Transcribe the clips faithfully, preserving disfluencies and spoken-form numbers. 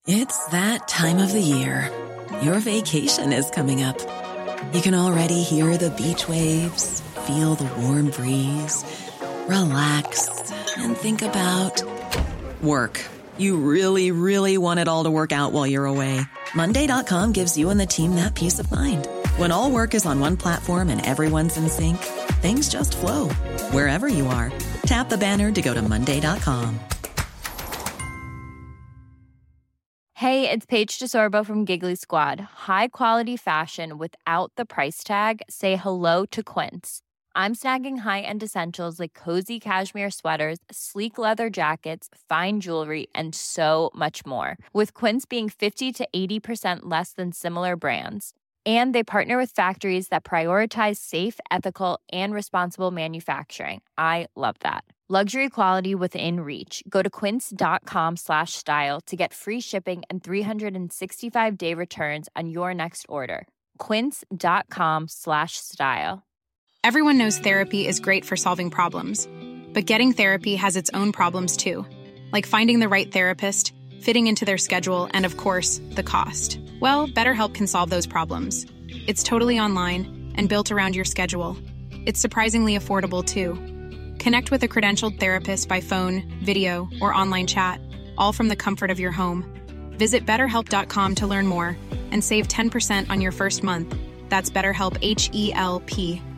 It's that time of the year. Your vacation is coming up. You can already hear the beach waves, feel the warm breeze, relax, and think about work. You really, really want it all to work out while you're away. Monday dot com gives you and the team that peace of mind. When all work is on one platform and everyone's in sync, things just flow. Wherever you are, tap the banner to go to monday dot com. Hey, it's Paige DeSorbo from Giggly Squad. High quality fashion without the price tag. Say hello to Quince. I'm snagging high-end essentials like cozy cashmere sweaters, sleek leather jackets, fine jewelry, and so much more. With Quince being fifty to eighty percent less than similar brands. And they partner with factories that prioritize safe, ethical, and responsible manufacturing. I love that. Luxury quality within reach. Go to quince.com slash style to get free shipping and three sixty-five day returns on your next order. Quince.com slash style. Everyone knows therapy is great for solving problems, but getting therapy has its own problems too, like finding the right therapist, fitting into their schedule, and of course, the cost. Well, BetterHelp can solve those problems. It's totally online and built around your schedule. It's surprisingly affordable too. Connect with a credentialed therapist by phone, video, or online chat, all from the comfort of your home. Visit better help dot com to learn more and save ten percent on your first month. That's BetterHelp, H E L P.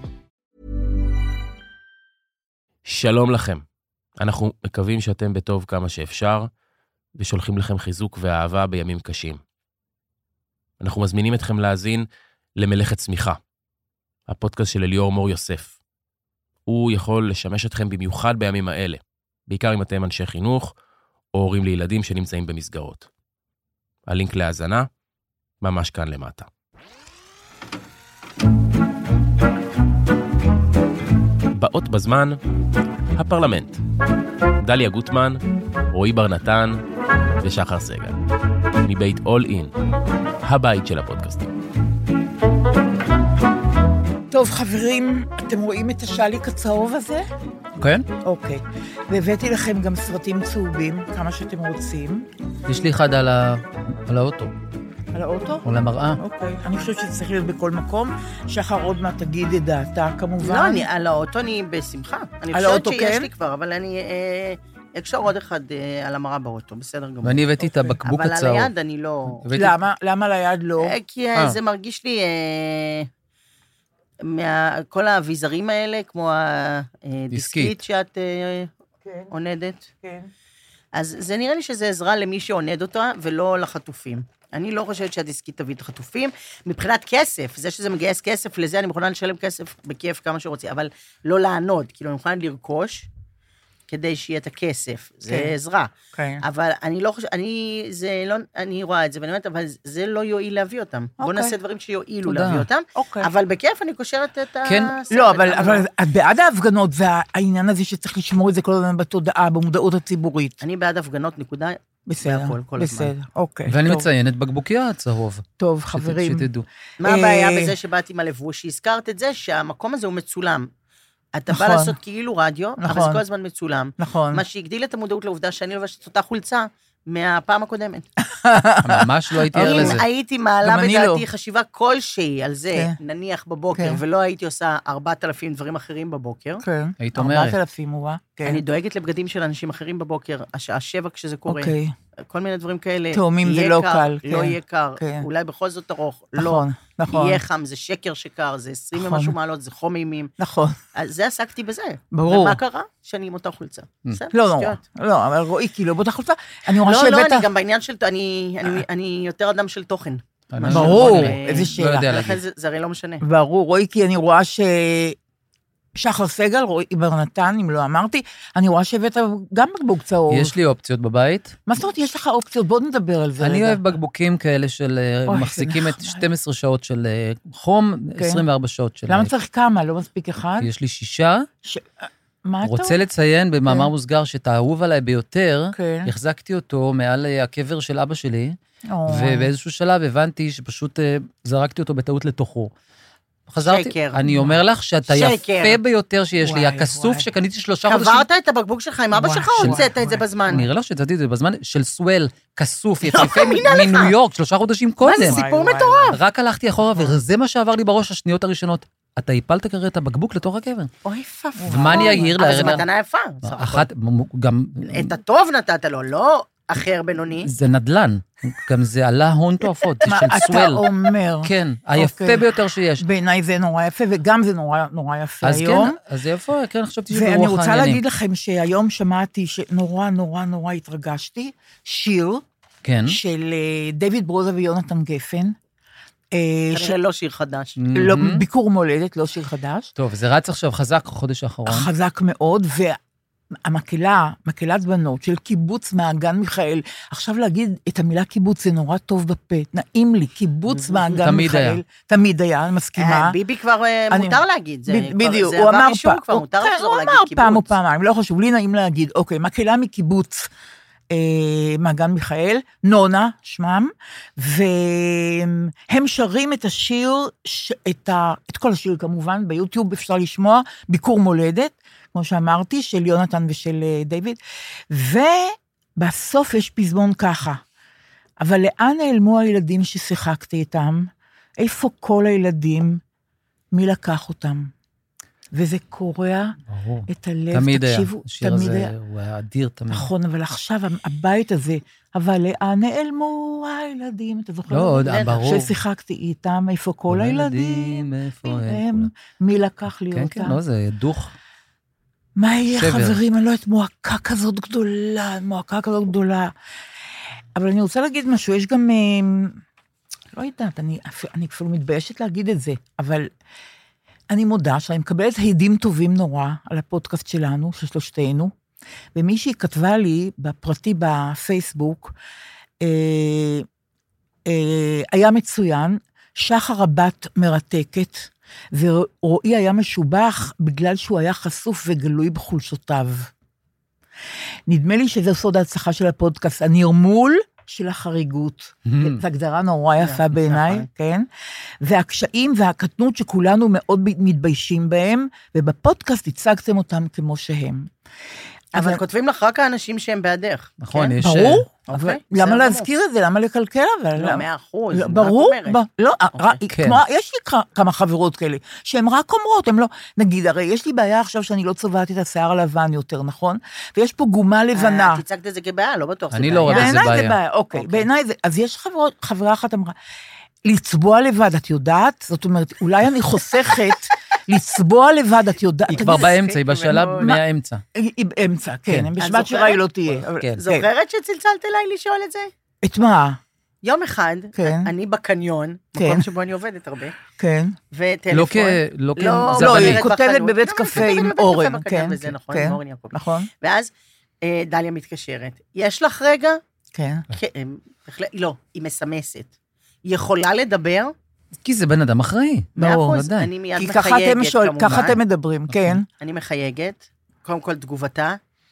שלום לכם. אנחנו מקווים שאתם בטוב כמה שאפשר, ושולחים לכם חיזוק ואהבה בימים קשים. אנחנו מזמינים אתכם להאזין למלאכת צמיחה, הפודקאסט של אליאור מור יוסף. הוא יכול לשמש אתכם במיוחד בימים האלה, בעיקר אם אתם אנשי חינוך, או הורים לילדים שנמצאים במסגרות. הלינק להאזנה, ממש כאן למטה. באות בזמן, הפרלמנט. דליה גוטמן, רועי בר נתן ושחר סגל. מבית All In, הבית של הפודקאסטים. טוב, חברים, אתם רואים את השליק הצהוב הזה? כן. אוקיי. והבאתי לכם גם סרטים צהובים, כמה שאתם רוצים. יש לי אחד על, ה... על האוטו. על האוטו? או למראה. אוקיי. אני חושבת שזה צריך להיות בכל מקום. שחר עוד מעט תגיד את דעתה, כמובן. לא, אני, על האוטו אני בשמחה. אני על חושבת האוטו, שיש כן? לי כבר, אבל אני אה, אקשר עוד אחד אה, על המראה באוטו, בסדר גמור. ואני הבאתי את הבקבוק אבל הצהוב. על היד אני לא... למה? למה ליד לא? אה, כי אה. זה מרגיש לי... אה, מה, כל האביזרים האלה, כמו הדיסקית שאת אה, כן. עונדת. כן. אז זה נראה לי שזה עזרה למי שעונד אותה, ולא לחטופים. אני לא חושבת שהדיסקית תביא את החטופים. מבחינת כסף, זה שזה מגייס כסף, לזה אני מוכנה לשלם כסף בכיף כמה שרוצים, אבל לא לענוד, כאילו אני מוכנה לרכוש, כדי שיהיה את הכסף. זה כן. עזרה. כן. אבל אני לא חושבת, אני, זה לא, אני רואה את זה, ואני אומרת, אבל זה לא יועיל להביא אותם. אוקיי. בואו נעשה דברים שיועילו תודה. להביא אותם, אוקיי. אבל בכיף אני קושרת את כן. הסרט. לא, אבל, אבל את בעד ההפגנות, והעניין הזה שצריך לשמור את זה כל הזמן בתודעה, במודעות הציבורית. אני בעד הפגנות, נקודה. בסדר, הכל, כל בסדר, הזמן. אוקיי. ואני טוב. מציין את בקבוקיה הצהוב. טוב, חברים. שתדעו. מה הבעיה בזה שבאתי עם הלבוש? שהזכרת את זה שהמקום הזה הוא מצולם. אתה בא נכון. לעשות כאילו רדיו, אבל נכון. זה כל הזמן מצולם. נכון. מה שהגדיל את המודעות לעובדה שאני לובשת אותה חולצה מהפעם הקודמת. ממש לא הייתי ער לזה. אם הייתי מעלה גם אני בדעתי לא. חשיבה כלשהי על זה, כן. נניח בבוקר, כן. ולא הייתי עושה ארבעת אלפים דברים אחרים בבוקר, כן. היית אומרת. ארבעת אלפים, הוא רע. כן. אני דואגת לבגדים של אנשים אחרים בבוקר, השעה שבע כשזה קורה. אוקיי. כל מיני דברים כאלה. תאומים זה יהיה לא קר, קל, לא כן. יהיה קר, כן. אולי בכל זאת ארוך, נכון, לא. נכון. יהיה חם, זה שקר שקר, זה עשרים נכון. ומשהו מעלות, זה חום אימים. נכון. אז זה עסקתי בזה. ברור. ומה קרה? שאני עם אותה חולצה. בסדר, לא, לא, שטויות. לא, אבל רואי, כאילו, באותה חולצה, אני רואה לא, שהבאת... לא, אני גם בעניין של... אני- אני- אני יותר אדם של תוכן. אני ברור, נכון, איזה לא שאלה. יודע. לכן זה זה הרי לא משנה. ברור, רואי, כי אני רואה ש... שחר סגל, רואי בר נתן, אם לא אמרתי, אני רואה שהבאת גם בקבוק צהוב. יש לי אופציות בבית. מה זאת אומרת, יש לך אופציות? בוא נדבר על זה אני רגע. אוהב בקבוקים כאלה של אה, אוי, מחזיקים זה את נחמד. שתים עשרה שעות של אה, חום, כן. עשרים וארבע שעות של... למה אה, צריך כמה? לא מספיק אחד? יש לי שישה. ש... מה אתה? רוצה לציין במאמר כן. מוסגר שאת האהוב עליי ביותר, כן. החזקתי אותו מעל אה, הקבר של אבא שלי, אוי. ובאיזשהו שלב הבנתי שפשוט אה, זרקתי אותו בטעות לתוכו. חזרתי, שקר. אני אומר לך שאתה שקר. יפה ביותר שיש לי, וואי, הכסוף וואי. שקניתי שלושה חודשים. קברת את הבקבוק שלך עם אבא וואי, שלך, וואי, או הוצאת וואי. את זה בזמן? נראה לך שצאתי את זה בזמן של סואל, כסוף, יפהפה מאמינה לך. מניו יורק, שלושה חודשים מה קודם. זה וואי, סיפור וואי, מטורף? רק הלכתי אחורה, וזה מה שעבר לי בראש השניות הראשונות. אתה הפלת כרגע את הבקבוק לתוך הקבר. אוי פאפו. ומה אני אעיר אבל לה? זו מתנה יפה. סך הכל. אחת, גם, את הטוב נתת לו, לא אחר בינוני. זה נדלן, גם זה עלה הון תועפות, זה מה של אתה סואל. אומר? כן, היפה אוקיי. ביותר שיש. בעיניי זה נורא יפה, וגם זה נורא נורא יפה אז כן, היום. אז זה יפה, כן, חשבתי שברוח ואני העניינים. רוצה להגיד לכם שהיום שמעתי שנורא נורא נורא התרגשתי, שיר כן. של אה, דיוויד ברוזה ויונתן גפן, אה, ש- כנראה לא שיר חדש. לא, מהמם. ביקור מולדת, לא שיר חדש, טוב, זה רץ עכשיו חזק חודש האחרון. חזק מאוד, והמקהלה, מקהלת בנות של קיבוץ מעגן מיכאל, עכשיו להגיד את המילה קיבוץ זה נורא טוב בפה, נעים לי, קיבוץ מעגן תמיד מיכאל, היה. תמיד היה, אני מסכימה. אה, ביבי כבר אה, אני- מותר להגיד. זה ב- כבר- בדיוק, זה הוא עבר אמר אישור פעם, כבר, מותר כן, לחזור הוא להגיד אמר קיבוץ. פעם או פעמיים, לא חשוב, לי נעים להגיד, אוקיי, מקהלה מקיבוץ אה, מעגן מיכאל, נונה, שמם, והם שרים את השיר, ש- את, ה, את כל השיר כמובן, ביוטיוב אפשר לשמוע, ביקור מולדת, כמו שאמרתי, של יונתן ושל אה, דיוויד, ובסוף יש פזמון ככה, אבל לאן נעלמו הילדים ששיחקתי איתם? איפה כל הילדים? מי לקח אותם? וזה קורע ברור. את הלב, תמיד היה. תקשיבו, השיר תמיד הזה היה. הוא היה אדיר תמיד. נכון, אבל עכשיו הבית הזה, אבל לאן נעלמו הילדים? אתה זוכר? לא, בטח. ברור. ששיחקתי איתם, איפה כל הילדים? איפה מי הם? הם? מי לקח לי כן, אותם? כן, לא, זה דוך. מה יהיה, שבר. חברים? אני לא יודעת, מועקה כזאת גדולה, מועקה כזאת גדולה. אבל אני רוצה להגיד משהו, יש גם, אה, לא יודעת, אני, אני אפילו מתביישת להגיד את זה, אבל אני מודה שאני מקבלת הדים טובים נורא על הפודקאסט שלנו, של שלושתנו, ומישהי כתבה לי בפרטי בפייסבוק, אה, אה, היה מצוין, שחר הבת מרתקת, ורועי היה משובח בגלל שהוא היה חשוף וגלוי בחולשותיו. נדמה לי שזה סוד ההצלחה של הפודקאסט, הנרמול של החריגות. זו הגדרה נורא יפה בעיניי, כן? והקשיים והקטנות שכולנו מאוד מתביישים בהם, ובפודקאסט הצגתם אותם כמו שהם. אבל כותבים לך רק האנשים שהם בעדך. נכון, כן? יש... ברור, אוקיי, אבל בסדר למה גמור. להזכיר את זה? למה לקלקל אבל? לא, למה? מאה אחוז. לא, אני רק ברור, אומרת. ב- לא, אוקיי. רק- כן. כמו, יש לי כ- כמה חברות כאלה, שהן רק אומרות, הן לא, נגיד, הרי יש לי בעיה עכשיו שאני לא צובעת את השיער הלבן יותר, נכון? ויש פה גומה לבנה. אה, את הצגת את זה כבעיה, לא בטוח. זה אני לא רואה בעיה. בזה בעיניי זה בעיה. בעיה, אוקיי, אוקיי. בעיניי זה, אז יש חברות, חברה אחת אמרה, לצבוע לבד, את יודעת? זאת אומרת, אולי אני חוסכת לצבוע לבד, את יודעת? היא כבר באמצע, היא בשלב מאוד. מהאמצע. היא היא באמצע, כן, כן. הם את בשבת שירה זוכרת? היא לא תהיה. אבל- כן. כן. זוכרת שצלצלת אליי לשאול את זה? את מה? יום אחד, כן. אני בקניון, כן. מקום שבו אני עובדת הרבה, כן. וטלפון. לא כ... לא כ... לא, זה לא, הבנים. היא כותבת בחנות. בבית לא, קפה כותבת עם בבית קפה אורן, בקניון, כן, וזה נכון, כן. עם אורן יעקב. נכון, ואז אה, דליה מתקשרת. יש לך רגע? כן. כן, בהחלט- לא, היא מסמסת. היא יכולה לדבר? כי זה בן אדם אחראי. מאה ברור, אחוז, ודאי. אני מיד כי ככה אתם מחייגת, שואל, ככה כמובן. אתם מדברים, כן. אני מחייגת. קודם כל, תגובתה.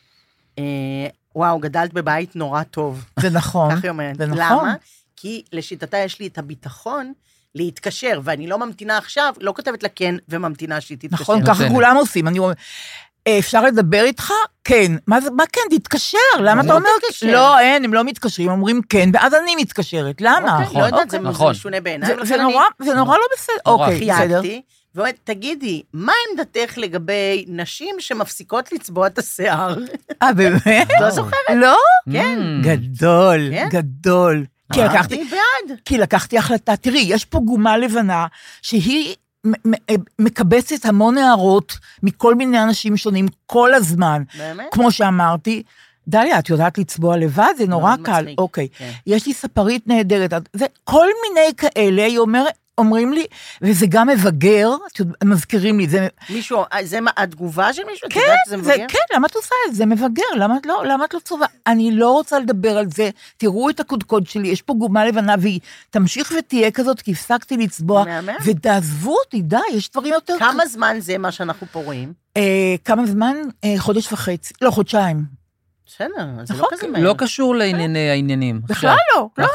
אה, וואו, גדלת בבית נורא טוב. זה נכון. ככה היא אומרת. זה נכון. למה? כי לשיטתה יש לי את הביטחון להתקשר, ואני לא ממתינה עכשיו, לא כותבת לה כן וממתינה שהיא תתקשר. נכון, ככה נותנת. כולם עושים. אני אומרת, "אה, אפשר לדבר איתך? כן. מה זה, מה כן? תתקשר. למה אתה לא אומר? תתקשר. לא, אין, הם לא מתקשרים, אומרים כן, ואז אני מתקשרת. למה? אוקיי, לא יודעת, זה נכון. זה משונה בעיניי. זה- ולכן זה אני נורא, זה נורא לא בסדר. נורא. אוקיי, בסדר. חייגתי, ואומרת, תגידי, מה עמדתך לגבי נשים שמפסיקות לצבוע את השיער? אה, באמת? לא זוכרת. לא? כן. Mm. גדול, כן? גדול. כי לקחתי, אמרתי בעד. כי לקחתי החלטה, תראי, יש פה גומה לבנה, שהיא מ- מ- מקבצת המון הערות מכל מיני אנשים שונים כל הזמן. באמת? כמו שאמרתי, דליה, את יודעת לצבוע לבד? זה נורא מאוד קל. מצחיק, אוקיי. כן. יש לי ספרית נהדרת. זה כל מיני כאלה, היא אומרת, אומרים לי, וזה גם מבגר, את יודעת, הם מזכירים לי, זה... מישהו, זה מה, התגובה של מישהו? את כן, יודעת שזה זה, מבגר? כן, למה את עושה את זה? זה מבגר, למה את לא, למה את לא צובעת? אני לא רוצה לדבר על זה, תראו את הקודקוד שלי, יש פה גומה לבנה, והיא תמשיך ותהיה כזאת, כי הפסקתי לצבוע, מהמם. ותעזבו אותי, די, יש דברים יותר... כמה זמן זה מה שאנחנו פה רואים? אה, כמה זמן? אה, חודש וחצי, לא, חודשיים. בסדר, זה לא נכון, כזה כן, מהר. לא קשור לענייני העניינים. בכלל לא, לא, ככה.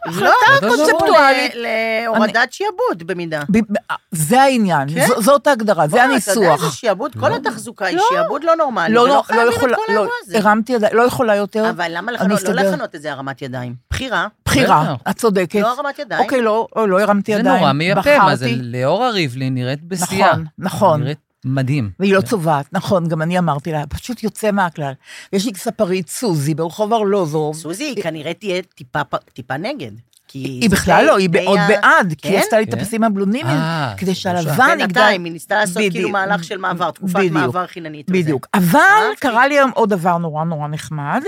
לא, קונספטואלית. להורדת שיעבוד במידה. זה העניין, זאת ההגדרה, זה הניסוח. אתה יודע, זה שיעבוד, כל התחזוקה היא שיעבוד לא נורמלי, ולא חייבים את כל האירוע הזה. הרמתי ידיים, לא יכולה יותר. אבל למה לא לכנות את זה הרמת ידיים? בחירה. בחירה, את צודקת. לא הרמת ידיים. אוקיי, לא הרמתי ידיים. זה נורא מייפה, מה זה לאורה ריבלין נראית בשיאה. נכון, נכון. נראית מדהים. והיא לא צובעת, נכון, גם אני אמרתי לה, פשוט יוצא מהכלל. יש לי ספרית סוזי ברחוב ארלוזוב. סוזי, כנראה תהיה טיפה נגד. היא בכלל לא, היא עוד בעד, כי היא עשתה לי את הפסים הבלונים, כדי שהלבן יגדל. בינתיים, היא ניסתה לעשות כאילו מהלך של מעבר, תקופת מעבר חיננית. בדיוק. אבל קרה לי היום עוד דבר נורא נורא נחמד,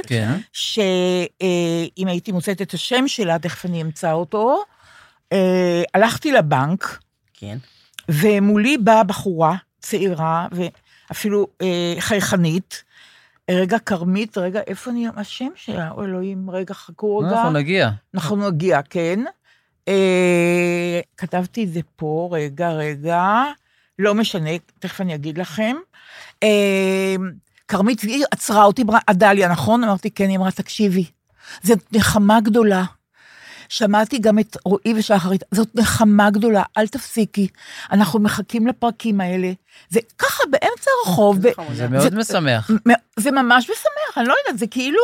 שאם הייתי מוצאת את השם שלה, תכף אני אמצא אותו, הלכתי לבנק, ומולי באה בחורה צעירה, ואפילו חייכנית, רגע, קרמית, רגע, איפה אני, השם שלה? או אלוהים, רגע, חכו רגע. אנחנו נגיע. אנחנו נגיע, כן. אה, כתבתי את זה פה, רגע, רגע, לא משנה, תכף אני אגיד לכם. אה, קרמית, היא עצרה אותי, עדליה, נכון? אמרתי, כן, היא אמרה, תקשיבי, זו נחמה גדולה. שמעתי גם את רועי ושחרית, זאת נחמה גדולה, אל תפסיקי, אנחנו מחכים לפרקים האלה, זה ככה באמצע הרחוב. זה מאוד משמח. זה ממש משמח, אני לא יודעת, זה כאילו,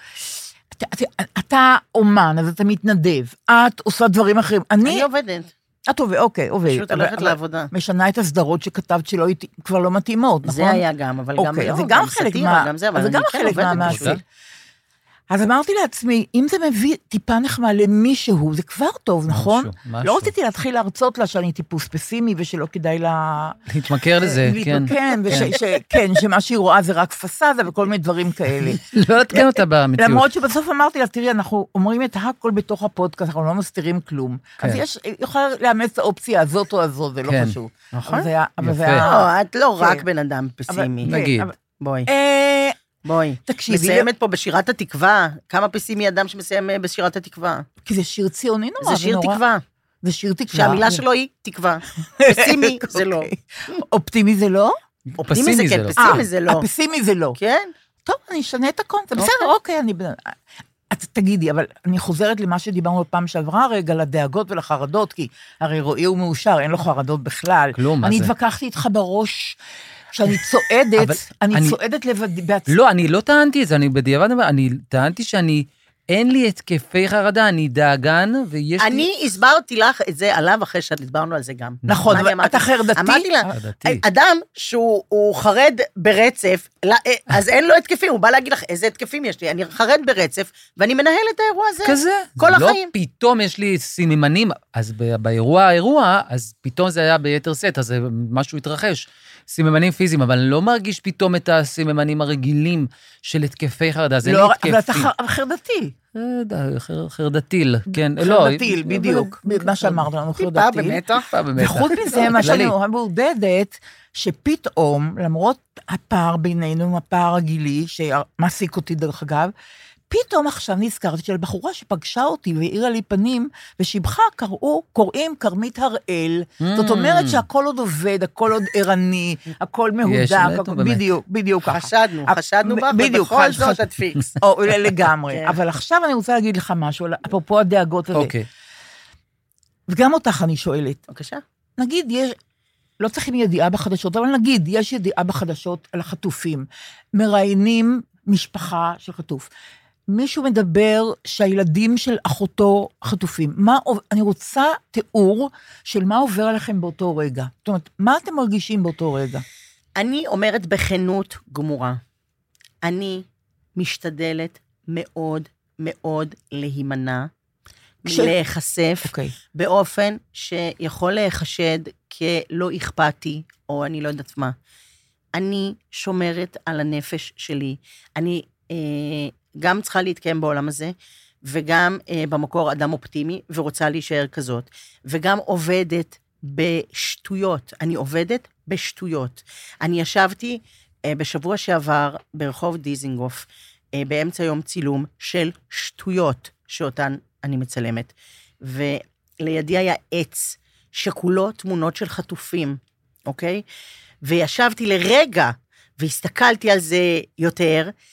אתה אומן, אז אתה מתנדב, את עושה דברים אחרים. אני עובדת. את עובדת, אוקיי, עובדת. פשוט הולכת לעבודה. משנה את הסדרות שכתבת שלא כבר לא מתאימות, נכון? זה היה גם, אבל גם סאטירה, גם זה, אבל אני כן עובדת פשוט. אז אמרתי לעצמי, אם זה מביא טיפה נחמה למישהו, זה כבר טוב, נכון? לא רציתי להתחיל להרצות לה שאני טיפוס פסימי, ושלא כדאי לה... להתמכר לזה, כן. כן, שמה שהיא רואה זה רק פסאדה, וכל מיני דברים כאלה. לא להתקן אותה במציאות. למרות שבסוף אמרתי לה, תראי, אנחנו אומרים את הכל בתוך הפודקאסט, אנחנו לא מסתירים כלום. אז יש, יכולה לאמץ את האופציה הזאת או הזאת, זה לא חשוב. נכון. יפה. את לא רק בן אדם פסימי. נגיד. בואי. בואי, תקשיבי. מסיימת פה בשירת התקווה, כמה פסימי אדם שמסיים בשירת התקווה. כי זה שיר ציוני נורא. זה שיר תקווה. זה שיר תקווה. שהמילה שלו היא תקווה. פסימי זה לא. אופטימי זה לא? אופטימי זה כן, פסימי זה לא. הפסימי זה לא. כן. טוב, אני אשנה את הקונטקסט. בסדר, אוקיי, אני... תגידי, אבל אני חוזרת למה שדיברנו בפעם שעברה רגע, לדאגות ולחרדות, כי הרי רועי הוא מאושר, אין לו חרדות בכלל. כלום, מה זה? אני התווכחתי איתך בראש... כשאני צועדת, אני צועדת לבד בעצמי. לא, אני לא טענתי את זה, אני בדיעבד, אני טענתי שאני, אין לי התקפי חרדה, אני דאגן, ויש לי... אני הסברתי לך את זה עליו, אחרי שדיברנו על זה גם. נכון, אתה חרדתי? אמרתי לה, אדם שהוא חרד ברצף, אז אין לו התקפים, הוא בא להגיד לך, איזה התקפים יש לי? אני חרד ברצף, ואני מנהל את האירוע הזה. כזה. כל החיים. לא פתאום יש לי סימנים, אז באירוע האירוע, אז פתאום זה היה ביתר סט, אז משהו התרחש. סיממנים פיזיים, אבל אני לא מרגיש פתאום את הסיממנים הרגילים של התקפי חרדה, זה לא התקפים. אבל אתה חרדתי. חרדתיל, כן. חרדתיל, בדיוק. מה שאמרת לנו, חרדתיל. טיפה במתח. וחוץ מזה, מה שאני מעודדת, שפתאום, למרות הפער בינינו, הפער הגילי, שמעסיק אותי דרך אגב, פתאום עכשיו נזכרתי של בחורה שפגשה אותי והעירה לי פנים, ושיבחה קראו, קוראים קרמית הראל. זאת אומרת שהכל עוד עובד, הכל עוד ערני, הכל מהודק, בדיוק, בדיוק ככה. חשדנו, חשדנו בך, ובכל זאת את פיקס. או, לגמרי. אבל עכשיו אני רוצה להגיד לך משהו, אפרופו הדאגות הזה. אוקיי. וגם אותך אני שואלת. בבקשה. נגיד, יש... לא צריכים ידיעה בחדשות, אבל נגיד, יש ידיעה בחדשות על החטופים. מראיינים משפחה של חטוף. מישהו מדבר שהילדים של אחותו חטופים. מה, אני רוצה תיאור של מה עובר עליכם באותו רגע. זאת אומרת, מה אתם מרגישים באותו רגע? אני אומרת בכנות גמורה. אני משתדלת מאוד מאוד להימנע, כש... להיחשף, okay. באופן שיכול להיחשד כלא אכפתי, או אני לא יודעת מה. אני שומרת על הנפש שלי. אני... אה, גם צריכה להתקיים בעולם הזה, וגם אה, במקור אדם אופטימי, ורוצה להישאר כזאת, וגם עובדת בשטויות. אני עובדת בשטויות. אני ישבתי אה, בשבוע שעבר ברחוב דיזינגוף, אה, באמצע יום צילום של שטויות, שאותן אני מצלמת, ולידי היה עץ, שכולו תמונות של חטופים, אוקיי? וישבתי לרגע, והסתכלתי על זה יותר,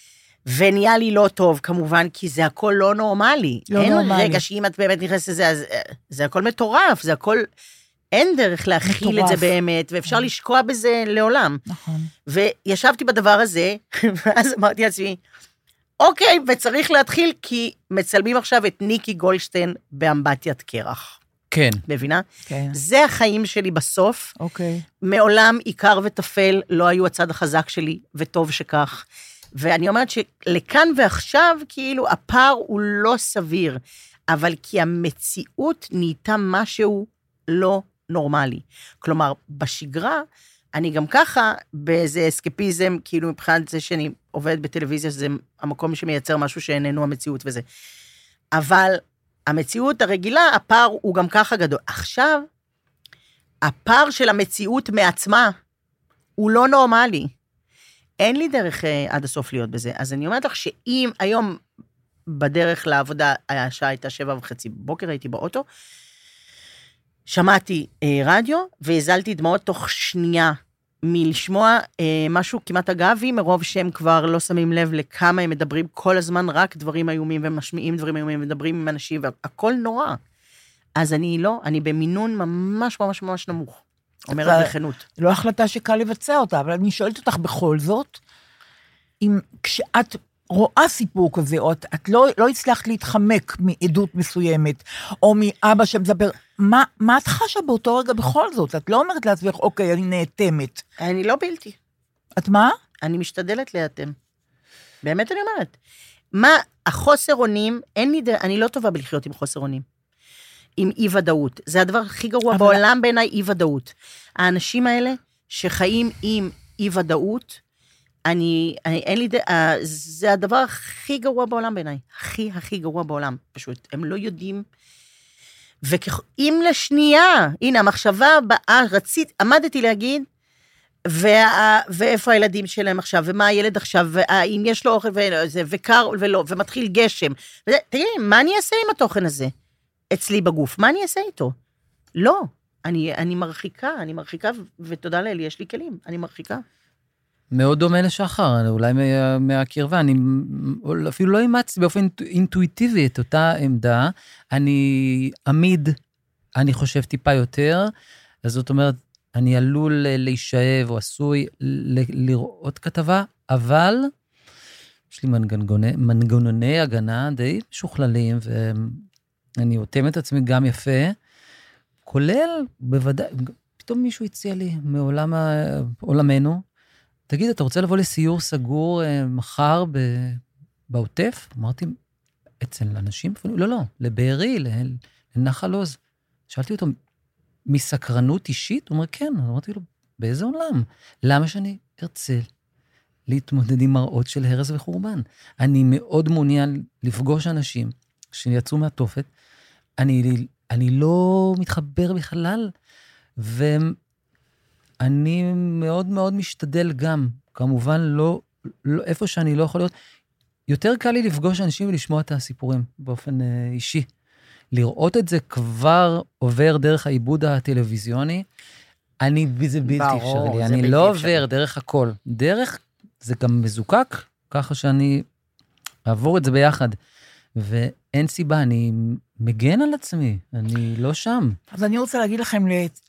ונהיה לי לא טוב, כמובן, כי זה הכל לא נורמלי. לא אין נורמלי. רגע שאם את באמת נכנסת לזה, אז זה הכל מטורף, זה הכל, אין דרך להכיל מטורף. את זה באמת, ואפשר לשקוע בזה לעולם. נכון. וישבתי בדבר הזה, ואז אמרתי לעצמי, אוקיי, וצריך להתחיל, כי מצלמים עכשיו את ניקי גולדשטיין באמבטיית קרח. כן. מבינה? כן. זה החיים שלי בסוף. אוקיי. מעולם עיקר וטפל לא היו הצד החזק שלי, וטוב שכך. ואני אומרת שלכאן ועכשיו, כאילו, הפער הוא לא סביר, אבל כי המציאות נהייתה משהו לא נורמלי. כלומר, בשגרה, אני גם ככה, באיזה אסקפיזם, כאילו מבחינת זה שאני עובדת בטלוויזיה, שזה המקום שמייצר משהו שאיננו המציאות וזה. אבל המציאות הרגילה, הפער הוא גם ככה גדול. עכשיו, הפער של המציאות מעצמה, הוא לא נורמלי. אין לי דרך אה, עד הסוף להיות בזה. אז אני אומרת לך שאם היום בדרך לעבודה, השעה הייתה שבע וחצי בוקר, הייתי באוטו, שמעתי אה, רדיו, והזלתי דמעות תוך שנייה, מלשמוע אה, משהו כמעט אגבי, מרוב שהם כבר לא שמים לב לכמה הם מדברים כל הזמן, רק דברים איומים, ומשמיעים דברים איומים, ומדברים עם אנשים, והכל נורא. אז אני לא, אני במינון ממש ממש ממש נמוך. אומרת בכנות. לא החלטה שקל לבצע אותה, אבל אני שואלת אותך בכל זאת, אם כשאת רואה סיפור כזה, או את, את לא, לא הצלחת להתחמק מעדות מסוימת, או מאבא שמדבר, מה, מה את חשה באותו רגע בכל זאת? את לא אומרת לעצמך, אוקיי, אני נאטמת. אני לא בלתי. את מה? אני משתדלת להיאטם. באמת אני אומרת. מה, החוסר אונים, אין לי, אני לא טובה בלחיות עם חוסר אונים. עם אי-ודאות. זה הדבר הכי גרוע אבל... בעולם בעיניי, אי-ודאות. האנשים האלה שחיים עם אי-ודאות, אני, אני, אין לי, זה הדבר הכי גרוע בעולם בעיניי. הכי, הכי גרוע בעולם. פשוט, הם לא יודעים. ואם לשנייה, הנה, המחשבה הבאה, רצית, עמדתי להגיד, וה, ואיפה הילדים שלהם עכשיו, ומה הילד עכשיו, ואם יש לו אוכל, וזה, וקר ולא, ומתחיל גשם. וזה, תגידי, מה אני אעשה עם התוכן הזה? אצלי בגוף, מה אני אעשה איתו? לא, אני, אני מרחיקה, אני מרחיקה, ותודה לאל, יש לי כלים, אני מרחיקה. מאוד דומה לשחר, אולי מה, מהקרבה, אני אפילו לא אימצתי באופן אינטואיטיבי את אותה עמדה, אני עמיד, אני חושב טיפה יותר, אז זאת אומרת, אני עלול להישאב או עשוי ל- לראות כתבה, אבל יש לי מנגנוני, מנגנוני הגנה די משוכללים, ואני אוטם את עצמי גם יפה, כולל בוודאי, פתאום מישהו הציע לי מעולם עולמנו, תגיד, אתה רוצה לבוא לסיור סגור מחר בעוטף? אמרתי, אצל אנשים? לא, לא, לבארי, לנחל עוז. שאלתי אותו, מסקרנות אישית? הוא אומר, כן. אמרתי לו, באיזה עולם? למה שאני ארצה להתמודד עם מראות של הרס וחורבן? אני מאוד מעוניין לפגוש אנשים שיצאו מהתופת, אני, אני לא מתחבר בכלל, והם, אני מאוד מאוד משתדל גם, כמובן לא, לא, איפה שאני לא יכול להיות, יותר קל לי לפגוש אנשים ולשמוע את הסיפורים באופן אה, אישי. לראות את זה כבר עובר דרך העיבוד הטלוויזיוני, אני, זה בלתי אפשרי לי, אני לא עובר דרך הכל. דרך, זה גם מזוקק, ככה שאני אעבור את זה ביחד. ואין סיבה, אני מגן על עצמי, אני לא שם. אז אני רוצה להגיד לכם,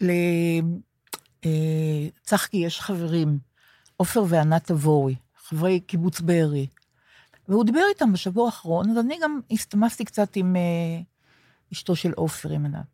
לצחקי יש חברים, עופר וענת תבורי, חברי קיבוץ בארי, והוא דיבר איתם בשבוע האחרון, אז אני גם הסתמסתי קצת עם אשתו של עופר, עם ענת.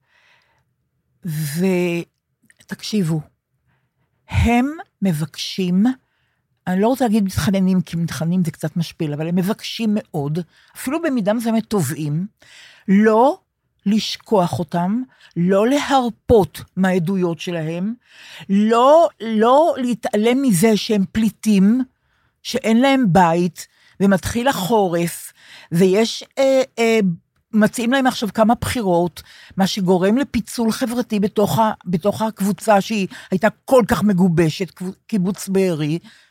ותקשיבו, הם מבקשים, אני לא רוצה להגיד מתחננים, כי מתחננים זה קצת משפיל, אבל הם מבקשים מאוד, אפילו במידה מסוימת טובים, לא לשכוח אותם, לא להרפות מהעדויות שלהם, לא, לא להתעלם מזה שהם פליטים, שאין להם בית, ומתחיל החורף, ויש, אה, אה, מציעים להם עכשיו כמה בחירות, מה שגורם לפיצול חברתי בתוך, ה, בתוך הקבוצה שהיא הייתה כל כך מגובשת, קיבוץ בארי,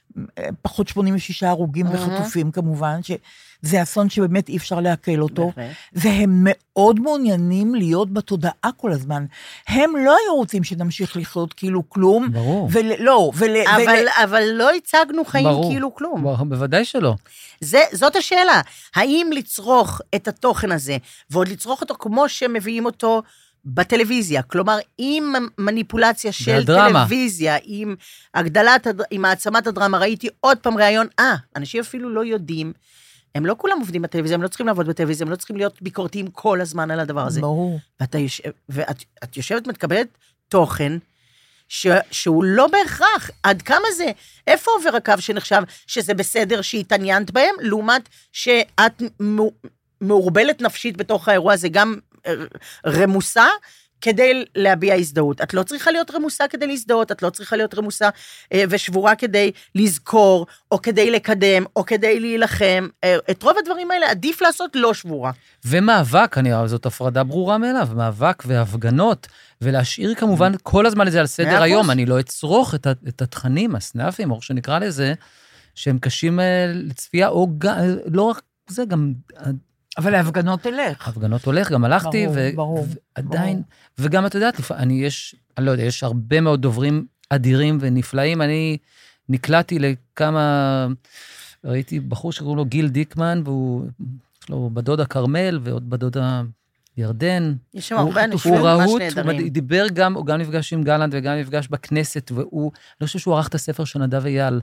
פחות שמונים ושישה הרוגים וחטופים כמובן, שזה אסון שבאמת אי אפשר להקל אותו, והם מאוד מעוניינים להיות בתודעה כל הזמן. הם לא היו רוצים שנמשיך לחיות כאילו כלום, ברור. ולא, ול, אבל, ול... אבל לא הצגנו חיים ברור. כאילו כלום. ברור, בוודאי שלא. זה, זאת השאלה, האם לצרוך את התוכן הזה, ועוד לצרוך אותו כמו שמביאים אותו בטלוויזיה, כלומר, עם מניפולציה של והדרמה. טלוויזיה, עם הגדלת, עם העצמת הדרמה, ראיתי עוד פעם ראיון, אה, אנשים אפילו לא יודעים, הם לא כולם עובדים בטלוויזיה, הם לא צריכים לעבוד בטלוויזיה, הם לא צריכים להיות ביקורתיים כל הזמן על הדבר הזה. ברור. ואתה יושב, ואת את יושבת מתקבלת תוכן, ש, שהוא לא בהכרח, עד כמה זה, איפה עובר הקו שנחשב שזה בסדר שהתעניינת בהם, לעומת שאת מעורבלת נפשית בתוך האירוע הזה, גם רמוסה, כדי להביע הזדהות. את לא צריכה להיות רמוסה כדי להזדהות, את לא צריכה להיות רמוסה ושבורה כדי לזכור, או כדי לקדם, או כדי להילחם. את רוב הדברים האלה עדיף לעשות לא שבורה. ומאבק, אני רואה, זאת הפרדה ברורה מאליו, מאבק והפגנות, ולהשאיר כמובן כל הזמן את זה על סדר היום. אני לא אצרוך את, את התכנים, הסנאפים, או שנקרא לזה, שהם קשים לצפייה, או לא רק זה, גם... אבל להפגנות הולך. הפגנות הולך, גם הלכתי, ברור, ו- ברור, ועדיין, ברור. וגם את יודעת, אני יש, אני לא יודע, יש הרבה מאוד דוברים אדירים ונפלאים, אני נקלעתי לכמה, ראיתי בחור שקוראים לו גיל דיקמן, והוא, יש לו בדודה קרמל, ועוד בדודה ירדן. יש שם הרבה אנשים ממש נהדרים. הוא דיבר גם, הוא גם נפגש עם גלנט, וגם נפגש בכנסת, והוא, אני חושב שהוא ערך את הספר של נדב אייל.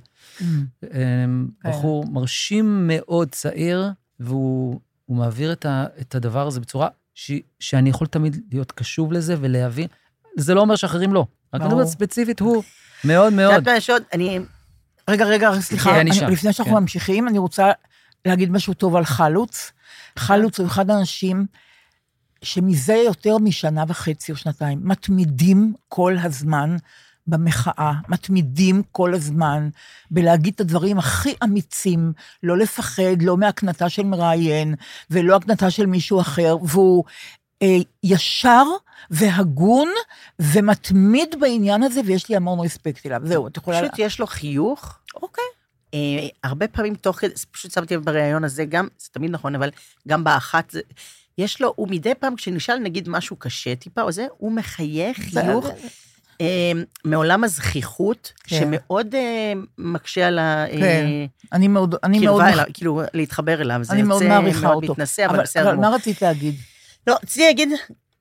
בחור מרשים מאוד צעיר, והוא הוא מעביר את, ה, את הדבר הזה בצורה ש, שאני יכול תמיד להיות קשוב לזה ולהבין. זה לא אומר שאחרים לא. רק אני אומרת ספציפית, הוא מאוד מאוד. אני... רגע, רגע, סליחה, כן, אני, אני לפני שאנחנו כן. ממשיכים, אני רוצה להגיד משהו טוב על חלוץ. חלוץ הוא אחד האנשים שמזה יותר משנה וחצי או שנתיים, מתמידים כל הזמן במחאה, מתמידים כל הזמן, בלהגיד את הדברים הכי אמיצים, לא לפחד, לא מהקנתה של מראיין, ולא הקנתה של מישהו אחר, והוא אה, ישר והגון, ומתמיד בעניין הזה, ויש לי המון רספקט אליו. זהו, את יכולה... פשוט יש לו חיוך. אוקיי. אה, הרבה פעמים תוך כדי, פשוט שמתי בראיון הזה, גם, זה תמיד נכון, אבל גם באחת, זה, יש לו, הוא מדי פעם, כשנשאל נגיד משהו קשה טיפה, או זה, הוא מחייך חיוך, זה... מעולם הזכיחות, שמאוד מקשה על ה... כן, אני מאוד... כאילו, להתחבר אליו, אני מאוד מעריכה אותו. אבל מה רצית להגיד? לא, רציתי להגיד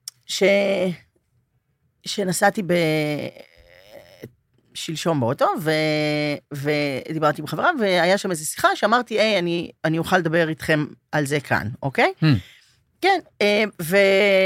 שנסעתי בשלשום באוטו, ודיברתי עם חברה, והיה שם איזו שיחה, שאמרתי, היי, אני אוכל לדבר איתכם על זה כאן, אוקיי? כן, ו...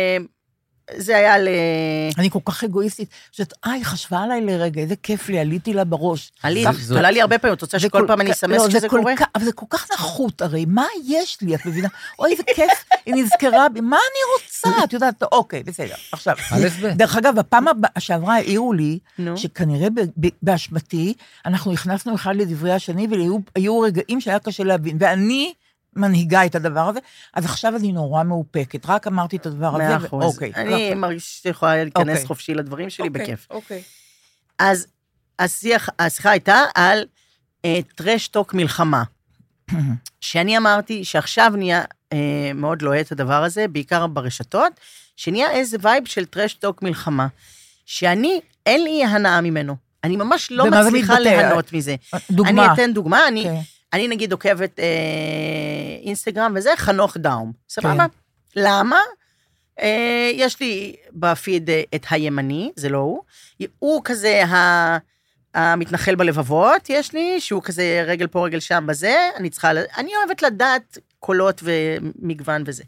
זה היה ל... אני כל כך אגואיסטית, שאת, אה, היא חשבה עליי לרגע, איזה כיף לי, עליתי לה בראש. עלי, עלה לי הרבה פעמים, את רוצה שכל פעם אני אסמס כשזה קורה? אבל זה כל כך נחות, הרי, מה יש לי, את מבינה? אוי, איזה כיף, היא נזכרה בי, מה אני רוצה? את יודעת, אוקיי, בסדר, עכשיו. דרך אגב, הפעם שעברה העירו לי, שכנראה באשמתי, אנחנו נכנסנו אחד לדברי השני, והיו רגעים שהיה קשה להבין, ואני מנהיגה את הדבר הזה, אז עכשיו אני נורא מאופקת, רק אמרתי את הדבר הזה, מאחוז. אוקיי. אני מרגיש שיכולה להיכנס חופשי לדברים שלי בכיף. אוקיי. אז השיחה הייתה על טרשטוק מלחמה, שאני אמרתי שעכשיו נהיה מאוד לוהט הדבר הזה, בעיקר ברשתות, שנהיה איזה וייב של טרשטוק מלחמה, שאני, אין לי הנאה ממנו. אני ממש לא מצליחה ליהנות מזה. דוגמה. אני אתן דוגמה, אני... אני נגיד עוקבת אה, אינסטגרם וזה, חנוך דאום. סבבה? כן. למה? אה, יש לי בפיד את הימני, זה לא הוא. הוא כזה ה, המתנחל בלבבות, יש לי, שהוא כזה רגל פה, רגל שם בזה. אני צריכה, אני אוהבת לדעת קולות ומגוון וזה.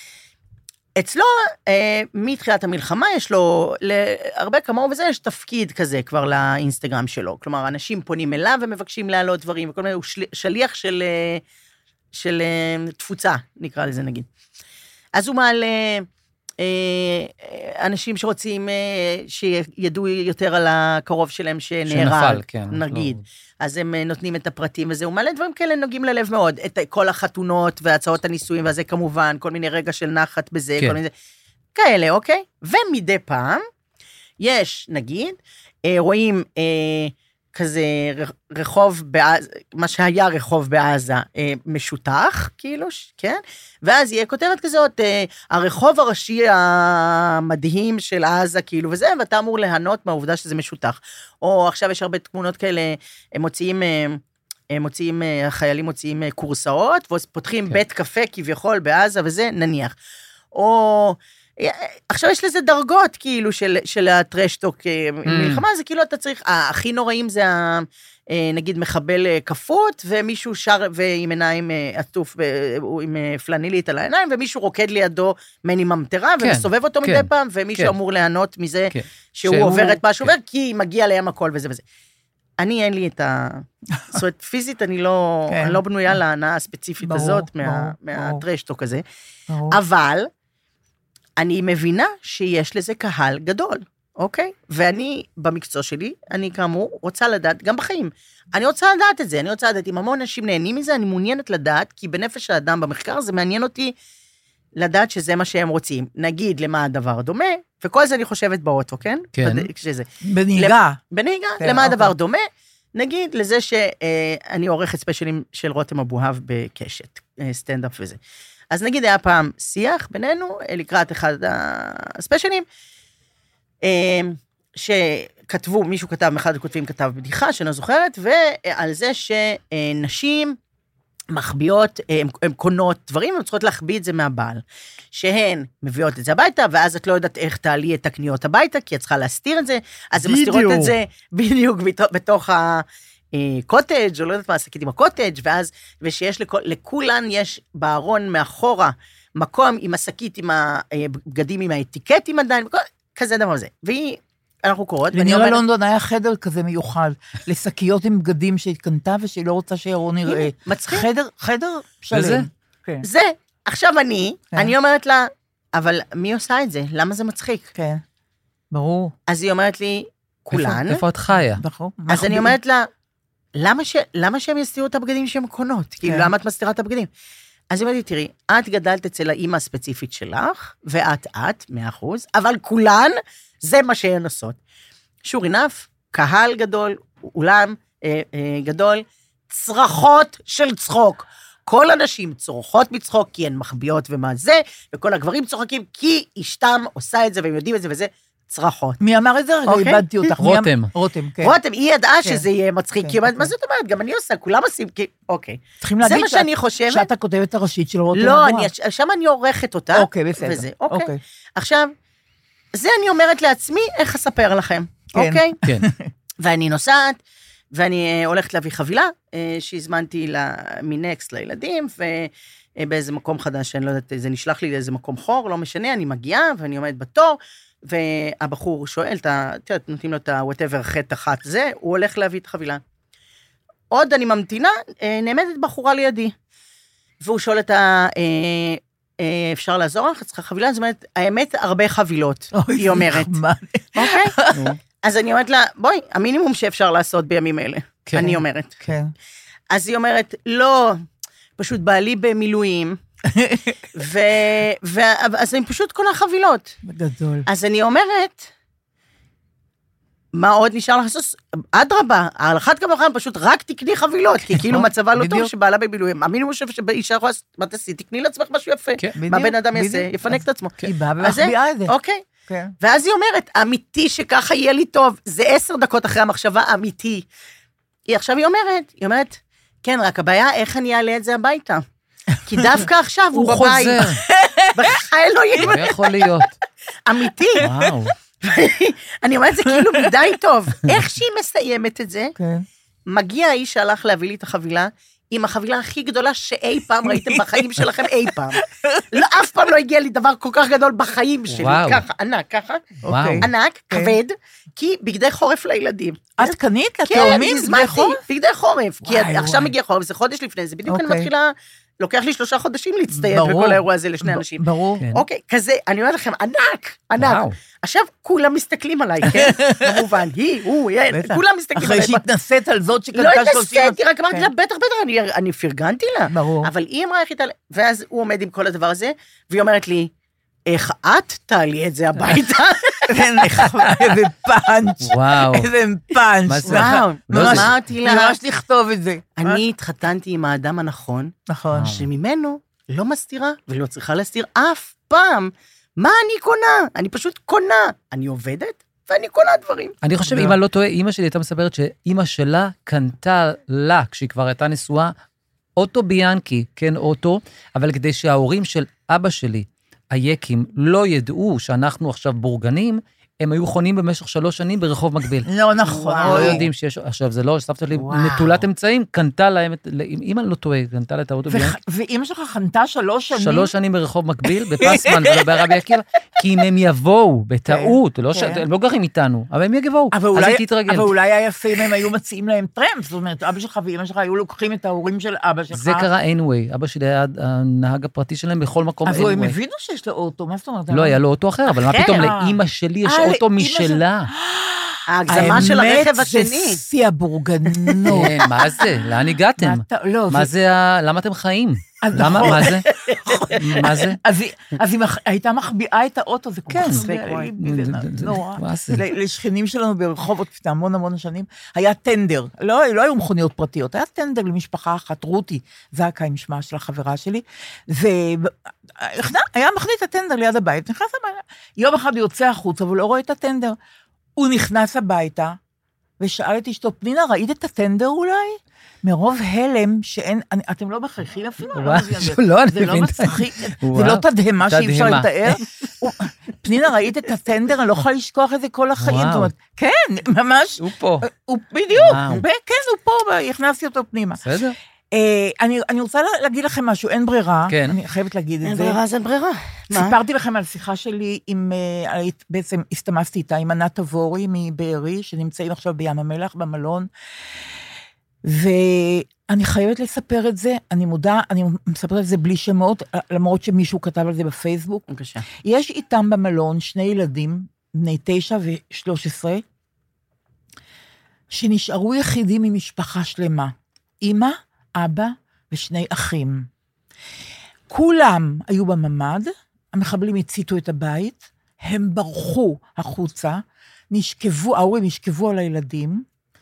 אצלו, אה, מתחילת המלחמה, יש לו, להרבה כמוהו וזה, יש תפקיד כזה כבר לאינסטגרם שלו. כלומר, אנשים פונים אליו ומבקשים להעלות דברים, וכל מיני, הוא של, שליח של, של תפוצה, נקרא לזה נגיד. אז הוא מעלה אה, אנשים שרוצים אה, שידעו יותר על הקרוב שלהם שנהרג, שנפל, כן. נגיד. אז הם נותנים את הפרטים וזה, הוא מעלה דברים כאלה נוגעים ללב מאוד, את כל החתונות והצעות הנישואים, וזה כמובן, כל מיני רגע של נחת בזה, כן. כל מיני, כאלה, אוקיי? ומדי פעם, יש, נגיד, רואים כזה רחוב בעזה, מה שהיה רחוב בעזה, משותח, כאילו, כן? ואז יהיה כותרת כזאת, הרחוב הראשי המדהים של עזה, כאילו, וזה, ואתה אמור להנות מהעובדה שזה משותח. או עכשיו יש הרבה תמונות כאלה, הם מוציאים, הם מוציאים, החיילים מוציאים קורסאות, ופותחים בית קפה כביכול בעזה, וזה, נניח. או... עכשיו יש לזה דרגות, כאילו, של, של הטרשטוק מלחמה, זה כאילו אתה צריך, הכי נוראים זה, נגיד, מחבל כפות, ומישהו שר, ועם עיניים עטוף, עם פלנילית על העיניים, ומישהו רוקד לידו מני ממטרה, ומסובב אותו מדי פעם, ומישהו אמור ליהנות מזה, שהוא עובר את מה שהוא עובר, כי מגיע לים הכל וזה וזה. אני, אין לי את ה... זאת אומרת, פיזית אני לא בנויה להנאה הספציפית הזאת, מהטרשטוק הזה, אבל... אני מבינה שיש לזה קהל גדול, אוקיי? ואני, במקצוע שלי, אני כאמור רוצה לדעת, גם בחיים, אני רוצה לדעת את זה, אני רוצה לדעת, אם המון אנשים נהנים מזה, אני מעוניינת לדעת, כי בנפש האדם במחקר, זה מעניין אותי לדעת שזה מה שהם רוצים. נגיד, למה הדבר דומה, וכל זה אני חושבת באוטו, כן? כן. כשזה. בנהיגה. בנהיגה, למה הדבר דומה? נגיד, לזה שאני עורכת ספיישלים של רותם אבוהב בקשת, סטנדאפ וזה. אז נגיד היה פעם שיח בינינו, לקראת אחד הספיישלים, שכתבו, מישהו כתב, מאחד הכותבים כתב בדיחה, שאני לא זוכרת, ועל זה שנשים מחביאות, הן קונות דברים, הן צריכות להחביא את זה מהבעל, שהן מביאות את זה הביתה, ואז את לא יודעת איך תעלי את הקניות הביתה, כי את צריכה להסתיר את זה, אז הן מסתירות את זה בדיוק בתוך ה... קוטג' או לא יודעת מה, עסקית עם הקוטג', ואז, ושיש לכ, לכולן יש בארון מאחורה, מקום עם עסקית, עם הבגדים, עם האטיקטים עדיין, כזה דבר זה. והיא, אנחנו קוראות, ונראה לונדון היה חדר כזה מיוחד, לשקיות עם בגדים שהתקנתה, ושהיא לא רוצה שירון יראה. מצחיק. חדר, חדר שלם. כן. זה, עכשיו אני, כן. אני אומרת לה, אבל מי עושה את זה? למה זה מצחיק? כן, ברור. אז היא אומרת לי, כולן. איפה את חיה? אז אני אומרת לה, למה, ש... למה שהם יסתירו את הבגדים שהם קונות? כן. כאילו, למה את מסתירה את הבגדים? אז היא אומרת לי, תראי, את גדלת אצל האמא הספציפית שלך, ואת את, מאה אחוז, אבל כולן, זה מה שהן עושות. sure enough, קהל גדול, אולם אה, אה, גדול, צרחות של צחוק. כל הנשים צורכות מצחוק, כי הן מחביאות ומה זה, וכל הגברים צוחקים, כי אשתם עושה את זה, והם יודעים את זה וזה, צרחות. מי אמר את זה? רגע, איבדתי אותך. רותם. רותם, כן. רותם, היא ידעה שזה יהיה מצחיק, כי מה זאת אומרת? גם אני עושה, כולם עושים, אוקיי. צריכים להגיד שאת הכותבת הראשית של רותם. לא, שם אני עורכת אותה. אוקיי, בסדר. אוקיי. עכשיו, זה אני אומרת לעצמי, איך אספר לכם, אוקיי? כן. ואני נוסעת, ואני הולכת להביא חבילה, שהזמנתי מנקסט לילדים, ובאיזה מקום חדש, אני לא יודעת, זה נשלח לי לאיזה מקום חור, לא משנה, אני מגיעה, ואני עומדת בתור, והבחור שואל, תראה, נותנים לו את ה-whatever חטא אחת זה, הוא הולך להביא את החבילה. עוד אני ממתינה, נעמדת בחורה לידי, והוא שואל את ה... אפשר לעזור לך? צריכה חבילה? זאת אומרת, האמת, הרבה חבילות, היא אומרת. אוקיי? אז אני אומרת לה, בואי, המינימום שאפשר לעשות בימים אלה, אני אומרת. כן. אז היא אומרת, לא, פשוט בעלי במילואים, ואז אני פשוט קונה חבילות. גדול. אז אני אומרת, מה עוד נשאר לך לעשות? אדרבה, על אחת כמה וכמה פשוט רק תקני חבילות, כי כאילו מצבה לא טוב שבעלה במילואים. המינימום שבאישה יכולה, מה תעשי? תקני לעצמך משהו יפה. מה בן אדם יעשה? יפנק את עצמו. היא באה ומחביאה את זה. אוקיי. ואז היא אומרת, אמיתי שככה יהיה לי טוב, זה עשר דקות אחרי המחשבה, אמיתי. היא עכשיו היא אומרת, היא אומרת, כן, רק הבעיה, איך אני אעלה את זה הביתה? כי דווקא עכשיו הוא בבית. הוא חוזר. בחיי אלוהים. לא יכול להיות. אמיתי. וואו. אני אומרת, זה כאילו מדי טוב. איך שהיא מסיימת את זה, מגיע האיש שהלך להביא לי את החבילה, עם החבילה הכי גדולה שאי פעם ראיתם בחיים שלכם אי פעם. לא, אף פעם לא הגיע לי דבר כל כך גדול בחיים שלי. ככה, ענק, ככה. ענק, כבד, כי בגדי חורף לילדים. את קנית? לתאומים? בגדי חורף? בגדי חורף. כי עכשיו מגיע חורף, זה חודש לפני, זה בדיוק אני מתחילה... לוקח לי שלושה חודשים להצטייד בכל האירוע הזה לשני אנשים. ברור. אוקיי, כזה, אני אומרת לכם, ענק, ענק. עכשיו, כולם מסתכלים עליי, כן? במובן, היא, הוא, כולם מסתכלים עליי. אחרי שהתנסית על זאת שקנתה שלושים... לא התנסיתי, רק אמרתי לה, בטח, בטח, אני פרגנתי לה. ברור. אבל היא אמרה איך היא תעלה, ואז הוא עומד עם כל הדבר הזה, והיא אומרת לי, איך את תעלי את זה הביתה? איזה פאנץ'. וואו. איזה פאנץ'. מה זה? וואו, ממש- אמרתי לה, ממש לכתוב את זה. אני התחתנתי עם האדם הנכון, נכון. שממנו לא מסתירה ולא צריכה להסתיר אף פעם. מה אני קונה? אני פשוט קונה. אני עובדת ואני קונה דברים. אני חושב, אם אני לא טועה, אימא שלי הייתה מספרת שאימא שלה קנתה לה, כשהיא כבר הייתה נשואה, אוטו ביאנקי, כן אוטו, אבל כדי שההורים של אבא שלי, היקים, לא ידעו שאנחנו עכשיו בורגנים, הם היו חונים במשך שלוש שנים ברחוב מקביל. לא נכון. לא יודעים שיש, עכשיו זה לא, סבתא שלי נטולת אמצעים, קנתה להם, אם אני לא טועה, קנתה לה את האוטו ביאנקי. ואמא שלך חנתה שלוש שנים? שלוש שנים ברחוב מקביל, בפסמן ולא ברבי עקיבא, כי אם הם יבואו, בטעות, הם לא גרים איתנו, אבל הם יבואו, אז היא תתרגל. אבל אולי היה יפה אם הם היו מציעים להם טרמפ, זאת אומרת, אבא שלך ואמא שלך היו לוקחים את ההורים של אבא שלך. זה קרה anyway, אבא שלי היה הנהג הפרטי שלהם בכל מקום anyway. אבל הם הבינו שיש לו אוטו, מה זאת אומרת? לא, היה לו אוטו אחר, אבל מה פתאום לאמא שלי יש אוטו משלה. ההגזמה של הרכב האמת השני. זה שיא הבורגנות. כן, מה זה? לאן הגעתם? לא, מה זה, למה אתם חיים? אז למה, נכון. מה זה? מה זה? אז היא- אז היא מח- הייתה מחביאה את האוטו, זה כל כן, כך זה- נורא, זה זה- נורא. מה זה? ל- לשכנים שלנו ברחובות לפני המון המון שנים, היה טנדר, לא לא היו מכוניות פרטיות, היה טנדר למשפחה אחת, רותי, זקה עם שמה של החברה שלי, והיה מכניס את הטנדר ליד הבית, נכנס הביתה, יום אחד הוא יוצא החוץ, אבל לא רואה את הטנדר, הוא נכנס הביתה, ושאל את אשתו, פנינה, ראית את הטנדר אולי? מרוב הלם שאין, אני, אתם לא מכריחים אפילו, אני לא וואו, מבינה, זה- לא, אני זה לא מבין. מצחיק, זה וואו, לא תדהמה שאי אפשר תדהמה. לתאר. הוא- פנינה, ראית את הטנדר, אני לא יכולה לשכוח את זה כל החיים. וואו. זאת אומרת, כן, ממש, הוא פה. הוא בדיוק, וואו. ב- כן, הוא פה, הכנסתי אותו פנימה. בסדר? אה, אני אני רוצה לה- להגיד לכם משהו, אין ברירה, כן. אני חייבת להגיד אין את זה. ברירה, אז אין ברירה. מה? סיפרתי לכם על שיחה שלי עם, אה, היית- בעצם הסתמסתי איתה, עם ענת תבורי מבארי, שנמצאים עכשיו בים המלח, במלון, ואני חייבת לספר את זה, אני מודה, אני מספרת את זה בלי שמות, למרות שמישהו כתב על זה בפייסבוק. בבקשה. יש איתם במלון שני ילדים, בני תשע ושלוש עשרה, שנשארו יחידים ממשפחה שלמה. אמא, אבא ושני אחים. כולם היו בממד, המחבלים הציתו את הבית, הם ברחו החוצה, נשכבו, ההורים נשכבו על הילדים,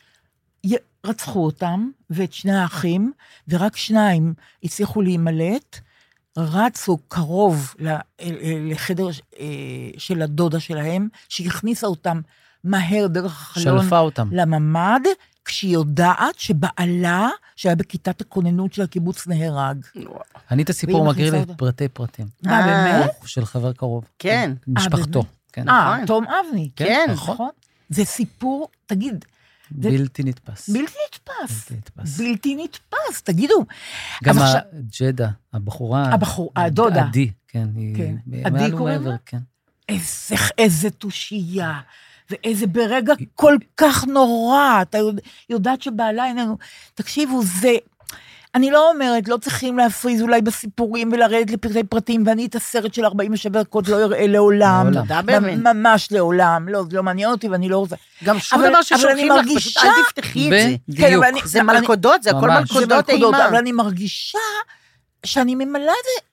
י- רצחו אותם ואת שני האחים, ורק שניים הצליחו להימלט, רצו קרוב ל- לחדר אה, של הדודה שלהם, שהכניסה אותם מהר דרך החלון שלפה אותם. לממד, כשהיא יודעת שבעלה, שהיה בכיתת הכוננות של הקיבוץ, נהרג. אני את הסיפור והיא מכיר מכניסה לי פרטי פרטים. מה, באמת? של חבר קרוב. כן. משפחתו. באמת? כן. אה, נכון. תום אבני. כן. נכון. זה סיפור, תגיד, זה- בלתי נתפס. בלתי נתפס. בלתי נתפס. בלתי נתפס, תגידו. גם אז עכשיו- הג'דה, הבחורה... הבחור, הדודה. עדי, כן. היא כן. מעל עדי קוראים ומעבר, לה? כן. איזה, איזה תושייה, ואיזה ברגע כל כך נורא, אתה יודע, יודעת שבעלה איננו, תקשיבו, זה, אני לא אומרת, לא צריכים להפריז אולי בסיפורים ולרדת לפרטי פרטים, ואני את הסרט של ארבעים ושבע דקות לא אראה לעולם, לעולם. תודה באמת. ממש לעולם, לא, זה לא מעניין אותי ואני לא רוצה. גם שום אבל- דבר אבל ששולחים אני לך, פשוט מרגישה- אל תפתחי את זה. כן, בדיוק. אבל אני- זה אני- מלכודות, זה הכל ממש. זה מלכודות מלכודות, אימה. אבל אני מרגישה שאני ממלאה איזה,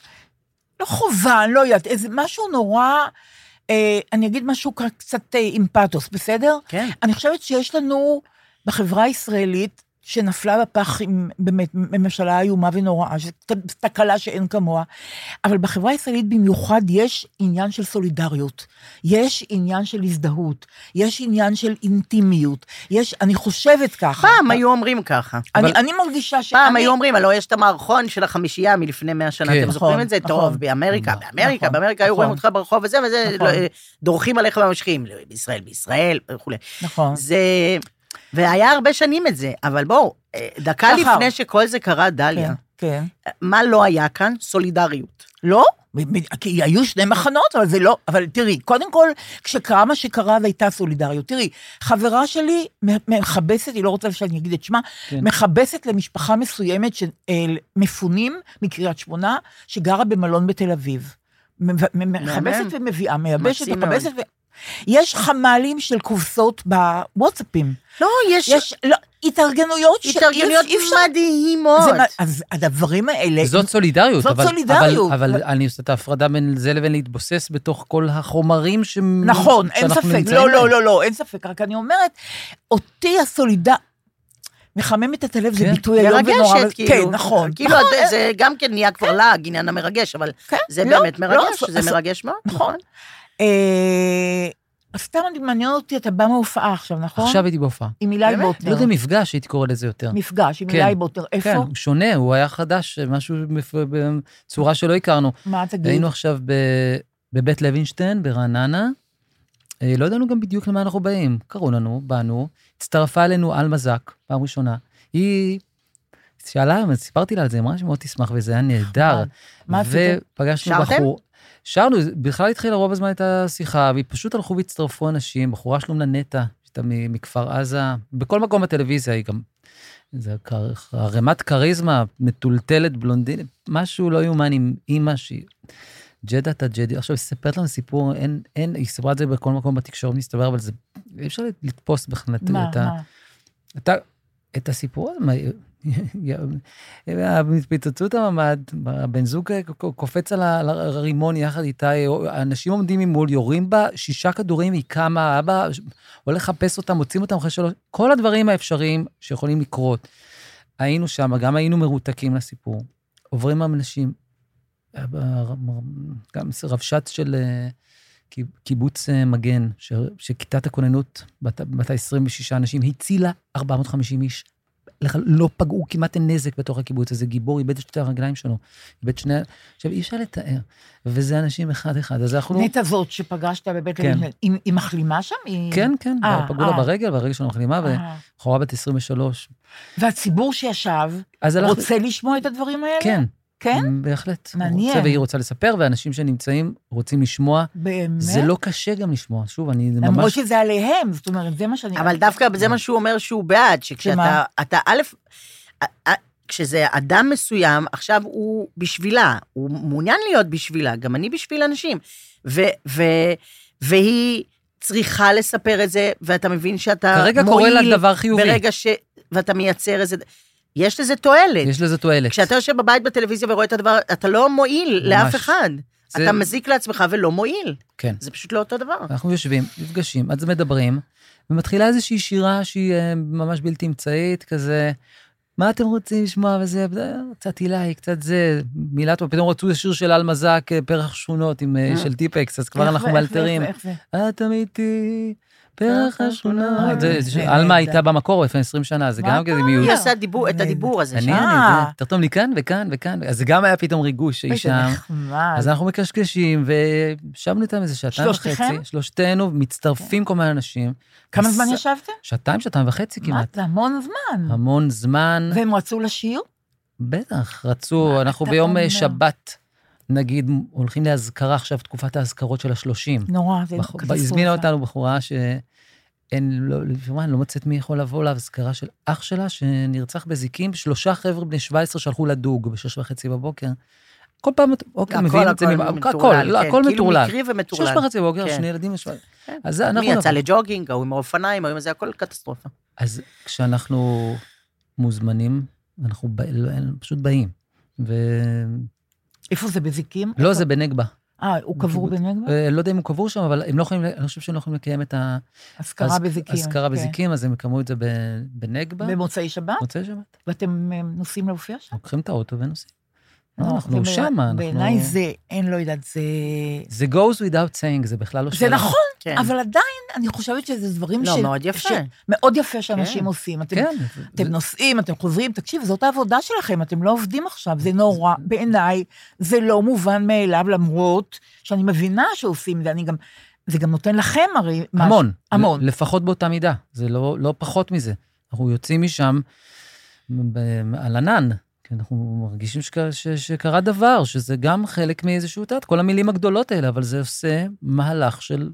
לא חובה, אני לא יודעת, איזה משהו נורא, אה, אני אגיד משהו קצת אה, עם פאתוס, בסדר? כן. אני חושבת שיש לנו בחברה הישראלית, שנפלה בפח עם באמת ממשלה איומה ונוראה, תקלה שאין כמוה, אבל בחברה הישראלית במיוחד יש עניין של סולידריות, יש עניין של הזדהות, יש עניין של אינטימיות, יש, אני חושבת ככה. פעם היו אומרים ככה. אני, אני מרגישה ש... פעם אני- היו אומרים, הלוא יש את המערכון של החמישייה מלפני מאה שנה, כן. אתם זוכרים נכון, את זה? נכון. טוב, באמריקה, באמריקה, נכון, באמריקה היו נכון. רואים אותך ברחוב וזה, וזה, נכון. לא, דורכים עליך וממשיכים, בישראל, בישראל, וכו'. נכון. זה... והיה הרבה שנים את זה, אבל בואו, דקה שחר. לפני שכל זה קרה, דליה, כן, כן. מה לא היה כאן? סולידריות. לא, כי היו שני מחנות, אבל זה לא, אבל תראי, קודם כל, כשקרה מה שקרה, אז הייתה סולידריות. תראי, חברה שלי מחבסת, היא לא רוצה שאני אגיד את שמה, כן. מחבסת למשפחה מסוימת שמפונים מקריית שמונה, שגרה במלון בתל אביב. מחבסת ומביאה, מייבשת, מקסים מחבסת ו... יש חמלים של קובסות בוואטסאפים. לא, יש... יש, לא, התארגנויות שאי התארגנויות אפשר... מדהימות. זה מה- אז הדברים האלה... זאת סולידריות. זאת אבל- סולידריות. אבל אבל אני עושה את ההפרדה בין זה לבין להתבוסס בתוך כל החומרים ש- נכון, אין שאנחנו ספק. נמצאים לא, לא, בהם. לא, לא, אין ספק. רק אני אומרת, אותי הסולידר... מחממת את הלב, זה כן. ביטוי היום ונורא. מרגשת, כאילו. כן, נכון. כאילו, נכון, זה- זה גם כן נהיה כבר לעג, עניין המרגש, אבל כן, זה לא, באמת לא, מרגש, אז- זה אז- מרגש מאוד. נכון. אה, אז סתם אני מעניין אותי, אתה בא מהופעה עכשיו, נכון? עכשיו הייתי בהופעה. עם אילי באמת? בוטנר. לא יודע, מפגש, הייתי קורא לזה יותר. מפגש עם כן. אילי בוטנר. כן, איפה? הוא שונה, הוא היה חדש, משהו מפ- בצורה שלא הכרנו. מה תגיד? היינו עכשיו ב- בבית לוינשטיין, ברעננה. אה, לא ידענו גם בדיוק למה אנחנו באים. קראו לנו, באנו, הצטרפה אלינו על מזק, פעם ראשונה. היא שאלה, סיפרתי לה על זה, אמרה שמאוד תשמח, וזה היה נהדר. מה עשיתם? ופגשנו שרתם? בחור. שרנו, בכלל התחילה רוב הזמן את השיחה, והיא פשוט הלכו והצטרפו אנשים, בחורה שלום לנטה, שהייתה מ- מכפר עזה, בכל מקום בטלוויזיה היא גם, זה קר- הרמת כריזמה, מטולטלת, בלונדינית, משהו לא יאומן עם אימא שהיא, ג'דה אתה ג'די, עכשיו היא ספרת לנו סיפור, אין, אין, היא ספרה את זה בכל מקום בתקשורת, מסתבר, אבל זה, אי אפשר לתפוס בכלל את מה, את ה... מה? אתה, את הסיפור הזה, מה, התפוצצות הממד, הבן זוג קופץ על הרימון יחד איתה, אנשים עומדים ממול, יורים בה שישה כדורים, היא קמה, אבא הולך לחפש אותם, מוצאים אותם אחרי שלוש, כל הדברים האפשריים שיכולים לקרות. היינו שם, גם היינו מרותקים לסיפור. עוברים אנשים, גם רבש"ץ של קיבוץ מגן, שכיתת הכוננות, בת עשרים ושישה אנשים, הצילה ארבע מאות וחמישים איש. לא פגעו, כמעט אין נזק בתוך הקיבוץ, איזה גיבור, איבד את שתי הרגליים שלו, איבד שני... עכשיו, אי אפשר לתאר, וזה אנשים אחד-אחד, אז אנחנו... נטע זאת שפגשת בבית כן. לוינשטיין, היא היא מחלימה שם? היא- כן, כן, אה, פגעו לה אה. ברגל, והרגל שלו מחלימה, אה. ובחורה בת עשרים ושלוש. והציבור שישב, אז הלכנו... רוצה לשמוע את הדברים האלה? כן. כן? בהחלט. מעניין. רוצה, והיא רוצה לספר, ואנשים שנמצאים רוצים לשמוע. באמת? זה לא קשה גם לשמוע, שוב, אני למרות ממש... שזה עליהם, זאת אומרת, זה מה שאני... אבל דווקא זה מה שהוא אומר שהוא בעד, שמה? שכשאתה, אתה א', כשזה אדם מסוים, עכשיו הוא בשבילה, הוא מעוניין להיות בשבילה, גם אני בשביל אנשים, ו, ו, והיא צריכה לספר את זה, ואתה מבין שאתה כרגע מועיל, קורה לה דבר חיובי. ברגע ש... ואתה מייצר איזה... יש לזה תועלת. יש לזה תועלת. כשאתה יושב בבית בטלוויזיה ורואה את הדבר, אתה לא מועיל לאף אחד. זה- אתה מזיק לעצמך ולא מועיל. כן. זה פשוט לא אותו דבר. אנחנו יושבים, נפגשים, אז מדברים, ומתחילה איזושהי שירה שהיא אה, ממש בלתי אמצעית, כזה, מה אתם רוצים לשמוע וזה, קצת אילי, קצת זה, מילה טובה, פתאום רצו שיר של אלמזק, פרח שכונות עם, אה, של טיפקס, אז כבר איך אנחנו זה, איך זה, מאלתרים. איך זה, איך את אמיתי, פרח השכונות. אה, זה- זה זה- נהדר. אלמה הייתה במקור לפני עשרים שנה, זה מה גם אתה כזה אומר? מיעוט. היא עושה דיבור- את הדיבור הזה. אני, שם. אה. אני, תרתום לי כאן וכאן וכאן, אז זה גם היה פתאום ריגוש שהיא איזה שם. נחמד. אז אנחנו מקשקשים, ושבנו איתם איזה שעתיים וחצי. שלושתכם? שלושתנו, מצטרפים כל מיני אנשים. כמה אז- זמן ישבתם? שעתיים, שעתיים וחצי מה, כמעט. זה המון זמן. המון זמן. והם רצו לשיר? בטח, רצו, מה אנחנו אתה ביום אומר? שבת, נגיד, הולכים להזכרה עכשיו, תקופת ההזכרות של השלושים. נורא, זה בח- קטסטרופה. הזמינה אותנו בחורה שאין, לא, לפעמים לא מוצאת מי יכול לבוא להזכרה של אח שלה, שנרצח בזיקים, שלושה חבר'ה בני שבע עשרה שהלכו לדוג בשש וחצי בבוקר. כל פעם, אוקיי, הכל, מביאים את זה, הכל ממ- מטורלל, הכל, כן, הכל כאילו מטורלל. מקרי ומטורלל. שש וחצי בבוקר, כן. שני ילדים, יש... כן. אז אנחנו... מי יצא לג'וגינג, או עם האופניים, או עם זה, הכל קטסטרופה. אז כשאנחנו מוזמנים, אנחנו בא- לא, פשוט באים. ו... איפה זה, בזיקים? לא, זה בנגבה. אה, הוא קבור בקיבוץ. בנגבה? אה, לא יודע אם הוא קבור שם, אבל הם לא יכולים, אני חושב שהם לא יכולים לקיים את אזכרה ההז- בזיקים. האזכרה כן. בזיקים, אז הם יקיימו את זה ב- בנגבה. במוצאי שבת? מוצאי שבת. ואתם אה, נוסעים להופיע שם? לוקחים את האוטו ונוסעים. לא, לא, אנחנו זה שם, אנחנו... בעיניי זה, אין, לא יודעת, זה... זה goes without saying, זה בכלל לא זה שאלה. נכון, כן. אבל עדיין אני חושבת שזה דברים לא, ש... מאוד יפה. ש... מאוד יפה שאנשים כן. עושים. אתם, כן. אתם זה- נוסעים, אתם חוזרים, תקשיב, זאת העבודה שלכם, אתם לא עובדים עכשיו, זה נורא, בעיניי, זה לא מובן מאליו, למרות שאני מבינה שעושים זה, אני גם, זה גם נותן לכם הרי... משהו. המון. המון. לפחות באותה מידה. זה לא, לא פחות מזה. אנחנו יוצאים משם ב- על ענן. כי אנחנו מרגישים שקרה, ש, שקרה דבר, שזה גם חלק מאיזשהו תת, כל המילים הגדולות האלה, אבל זה עושה מהלך של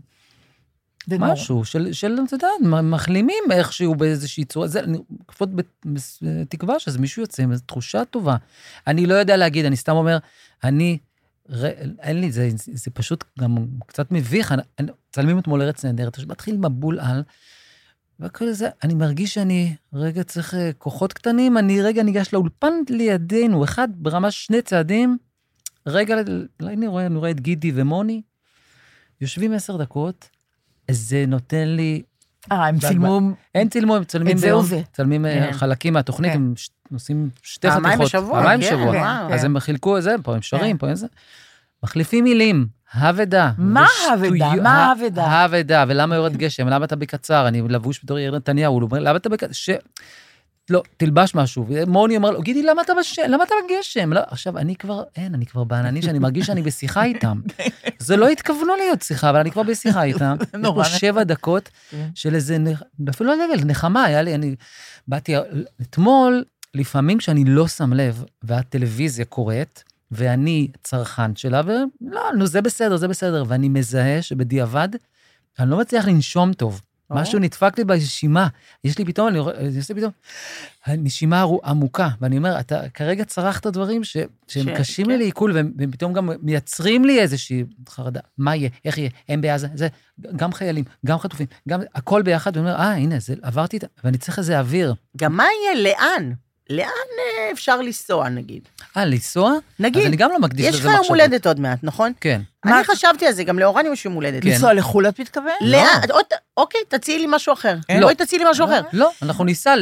זה נורא. משהו, של, של, אתה יודע, מחלימים איכשהו באיזושהי צורה. זה, אני כפות בתקווה שזה מישהו יוצא עם איזו תחושה טובה. אני לא יודע להגיד, אני סתם אומר, אני, ר, אין לי, זה, זה, זה פשוט גם קצת מביך, אני, אני, צלמים אתמול ארץ נהדרת, מתחיל מבול על, וכל זה, אני מרגיש שאני רגע צריך כוחות קטנים, אני רגע ניגש לאולפן לידינו, אחד ברמה שני צעדים, רגע, אני רואה, אני רואה את גידי ומוני, יושבים עשר דקות, זה נותן לי... אה, הם צילמו... אין צילמו, הם צלמים ביום, צלמים חלקים מהתוכנית, הם עושים שתי חתיכות. פעמיים בשבוע. פעמיים בשבוע. אז הם חילקו את זה, פה הם שרים, פה הם זה. מחליפים מילים, הבדה. מה הבדה? מה הבדה? הבדה, ולמה יורד גשם? למה אתה בקצר? אני לבוש בתור יאיר נתניהו, הוא אומר, למה אתה בקצר? לא, תלבש משהו. מוני אומר לו, גידי, למה אתה בשם? למה אתה בגשם? עכשיו, אני כבר, אין, אני כבר בעננים, שאני מרגיש שאני בשיחה איתם. זה לא התכוונו להיות שיחה, אבל אני כבר בשיחה איתם. יש פה שבע דקות של איזה, אפילו לא נגל, נחמה, היה לי, אני באתי, אתמול, לפעמים כשאני לא שם לב, והטלוויזיה קורית, ואני צרכן שלה, ולא, נו, זה בסדר, זה בסדר, ואני מזהה שבדיעבד, אני לא מצליח לנשום טוב. משהו נדפק לי בנשימה, יש לי פתאום, אני עושה פתאום, נשימה עמוקה, ואני אומר, אתה כרגע צרכת דברים שהם קשים לי לעיכול, והם פתאום גם מייצרים לי איזושהי חרדה, מה יהיה, איך יהיה, הם בעזה, זה, גם חיילים, גם חטופים, גם הכל ביחד, ואני אומר, אה, הנה, עברתי, ואני צריך איזה אוויר. גם מה יהיה, לאן? לאן אפשר לנסוע, נגיד? אה, לנסוע? נגיד. אז אני גם לא מקדיש לזה מחשבות. מחשבות. יש לך יום הולדת עוד מעט, נכון? כן. אני חשבתי על זה, גם לאורן יש יום הולדת. לנסוע לחו"ל את מתכוון? לאן? אוקיי, תציעי לי משהו אחר. בואי תציעי לי משהו אחר. לא, אנחנו ניסע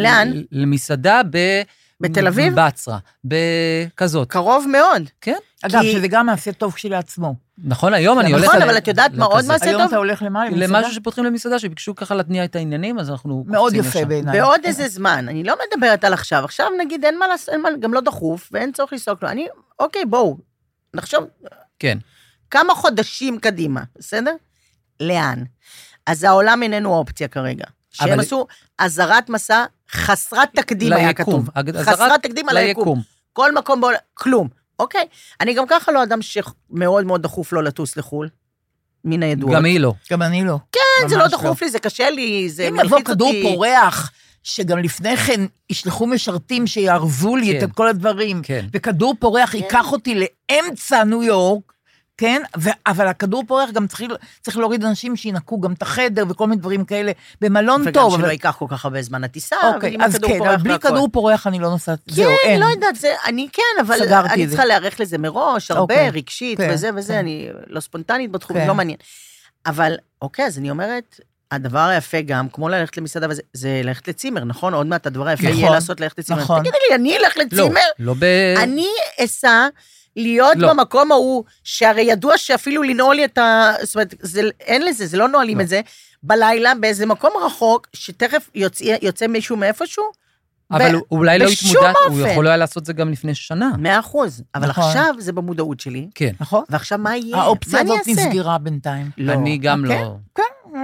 למסעדה ב... בתל אביב? בצרה, בכזאת. קרוב מאוד. כן. אגב, שזה גם מעשה טוב כשלעצמו. נכון, היום אני הולך... נכון, אבל את יודעת מה עוד מעשה טוב? היום אתה הולך למה? למשהו שפותחים למסעדה, שביקשו ככה להתניע את העניינים, אז אנחנו... מאוד יפה בעיניי. בעוד איזה זמן, אני לא מדברת על עכשיו, עכשיו נגיד אין מה לעשות, גם לא דחוף, ואין צורך לסעוק לו. אני, אוקיי, בואו, נחשוב... כן. כמה חודשים קדימה, בסדר? לאן? אז העולם איננו אופציה כרגע. שהם עשו עזרת מסע חסרת תקדים היה כתוב. חסרת תקדים על היקום. כל מקום בעולם, כלום. אוקיי? אני גם ככה לא אדם שמאוד מאוד דחוף לא לטוס לחול. מן הידועות. גם היא לא. גם אני לא. כן, זה לא דחוף לי, זה קשה לי, זה מלחיץ אותי. אם יבוא כדור פורח, שגם לפני כן ישלחו משרתים שיערבו לי את כל הדברים, וכדור פורח ייקח אותי לאמצע ניו יורק, כן? אבל הכדור פורח גם צריך, צריך להוריד אנשים שינקו גם את החדר וכל מיני דברים כאלה במלון טוב. וגם שלא ייקח כל כך הרבה זמן הטיסה. אוקיי, אז כן, אבל בלי כדור פורח אני לא נוסעת. כן, אין. לא יודעת, זה, אני כן, אבל אני צריכה להיערך לזה מראש, הרבה, אוקיי. רגשית כן, וזה וזה, כן. אני לא ספונטנית בתחום, כן. לא מעניין. אבל, אוקיי, אז אני אומרת, הדבר היפה גם, כמו ללכת למסעדה, וזה, זה ללכת לצימר, נכון? עוד מעט הדבר היפה נכון, יהיה לעשות ללכת לצימר. נכון. תגידי לי, אני אלך לצימר? לא, לא ב... אני אסע... להיות לא. במקום ההוא, שהרי ידוע שאפילו לנעול לי את ה... זאת אומרת, זה, אין לזה, זה לא נועלים לא. את זה, בלילה, באיזה מקום רחוק, שתכף יוצא, יוצא מישהו מאיפשהו, אבל ב- הוא אולי לא התמודד, הוא יכול היה לעשות זה גם לפני שנה. מאה אחוז, אבל נכון. עכשיו זה במודעות שלי. כן. נכון. ועכשיו מה יהיה? האופציה הזאת נסגרה בינתיים. לא. אני גם okay. לא... כן.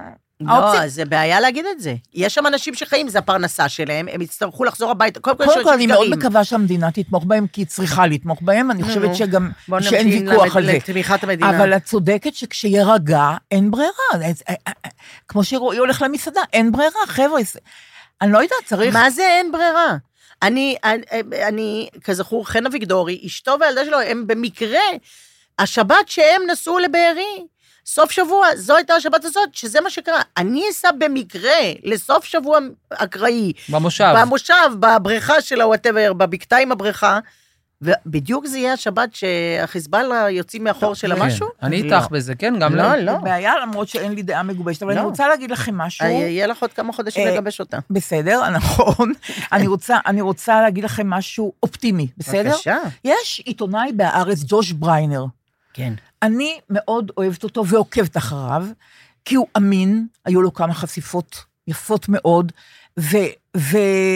לא, זה בעיה להגיד את זה. יש שם אנשים שחיים, זה הפרנסה שלהם, הם יצטרכו לחזור הביתה. קודם כל, אני מאוד מקווה שהמדינה תתמוך בהם, כי היא צריכה לתמוך בהם, אני חושבת שגם, שאין ויכוח על זה. אבל את צודקת שכשירגע, אין ברירה. כמו שרועי הולך למסעדה, אין ברירה, חבר'ה. אני לא יודעת, צריך... מה זה אין ברירה? אני, אני, כזכור, חן אביגדורי, אשתו והילדה שלו, הם במקרה, השבת שהם נסעו לבארי, סוף שבוע, זו הייתה השבת הזאת, שזה מה שקרה. אני אסע במקרה לסוף שבוע אקראי. במושב. במושב, בבריכה של הוואטאבר, בבקתה עם הבריכה, ובדיוק זה יהיה השבת שהחיזבאללה יוצאים מאחור של המשהו? אני איתך בזה, כן, גם לא. לא. לא, בעיה, למרות שאין לי דעה מגובשת, אבל אני רוצה להגיד לכם משהו. יהיה לך עוד כמה חודשים לגבש אותה. בסדר, נכון. אני רוצה להגיד לכם משהו אופטימי, בסדר? בבקשה. יש עיתונאי בהארץ, ג'וש בריינר. כן. אני מאוד אוהבת אותו ועוקבת אחריו, כי הוא אמין, היו לו כמה חשיפות יפות מאוד, ו, ו,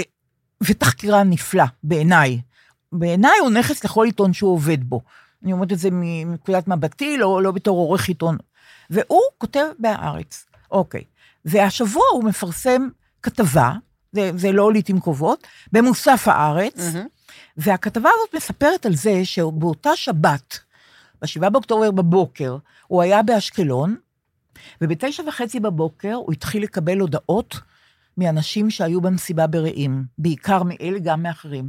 ותחקירה נפלא בעיניי. בעיניי הוא נכס לכל עיתון שהוא עובד בו. אני אומרת את זה מנקודת מבטי, לא, לא בתור עורך עיתון. והוא כותב בהארץ. אוקיי. והשבוע הוא מפרסם כתבה, זה, זה לא לעתים קרובות, במוסף הארץ, mm-hmm. והכתבה הזאת מספרת על זה שבאותה שבת, בשבעה באוקטובר בבוקר, הוא היה באשקלון, ובתשע וחצי בבוקר הוא התחיל לקבל הודעות מאנשים שהיו במסיבה ברעים, בעיקר מאלה גם מאחרים.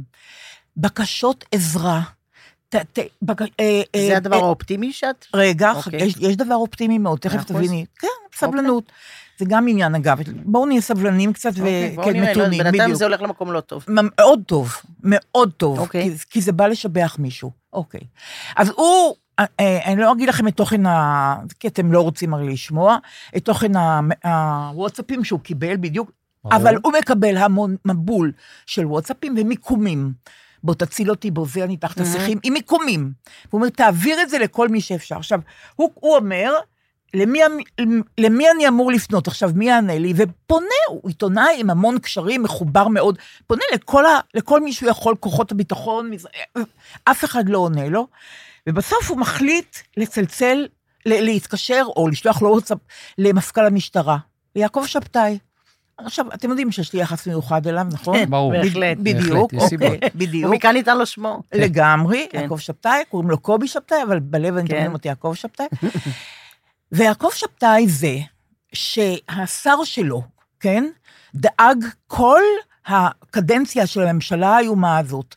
בקשות עזרה. ת, ת, בק, זה אה, הדבר אה, האופטימי שאת? רגע, okay. יש, יש דבר אופטימי מאוד, תכף תביני. כן, סבלנות. זה גם עניין, אגב. בואו נהיה סבלנים קצת וכן מתונים. בינתיים זה הולך למקום לא טוב. מאוד טוב, מאוד טוב, אוקיי. כי, כי זה בא לשבח מישהו. אוקיי. אז הוא, אני לא אגיד לכם את תוכן ה... כי אתם לא רוצים הרי לשמוע, את תוכן הוואטסאפים שהוא קיבל בדיוק, אבל הוא מקבל המון מבול של וואטסאפים ומיקומים. בוא תציל אותי, בוא זה אני תחת השיחים, עם מיקומים. הוא אומר, תעביר את זה לכל מי שאפשר. עכשיו, הוא, הוא אומר, למי, למי אני אמור לפנות? עכשיו, מי יענה לי? ופונה, הוא עיתונאי עם המון קשרים, מחובר מאוד, פונה לכל, ה, לכל מי שהוא יכול, כוחות הביטחון, אף אחד לא עונה לו, ובסוף הוא מחליט לצלצל, להתקשר, או לשלוח לו וואטסאפ למפכ"ל המשטרה, ליעקב שבתאי. עכשיו, אתם יודעים שיש לי יחס מיוחד אליו, נכון? כן, ברור. בהחלט. בדיוק, אוקיי, בדיוק. ומכאן ניתן לו שמו. לגמרי, יעקב שבתאי, קוראים לו קובי שבתאי, אבל בלב אני תמיד אותי יעקב שבתאי. ויעקב שבתאי זה שהשר שלו, כן, דאג כל הקדנציה של הממשלה האיומה הזאת,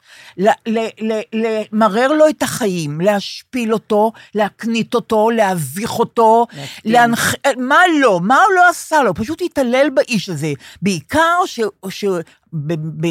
למרר לו את החיים, להשפיל אותו, להקנית אותו, להביך אותו, להנח... מה לא? מה הוא לא עשה לו? פשוט התעלל באיש הזה, בעיקר ש... ש... ב... ב...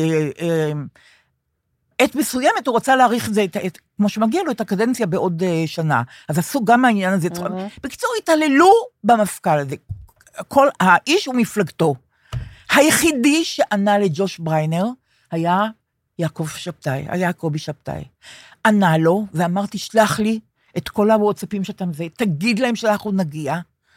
עת מסוימת הוא רצה להאריך את זה, את, את, כמו שמגיע לו את הקדנציה בעוד uh, שנה, אז עשו גם העניין הזה, mm-hmm. בקיצור התעללו במפכ"ל הזה, כל האיש ומפלגתו, היחידי שענה לג'וש בריינר, היה יעקב שבתאי, היה קובי שבתאי, ענה לו, ואמרתי, שלח לי את כל הוואטסאפים שאתה מזה, תגיד להם שאנחנו נגיע,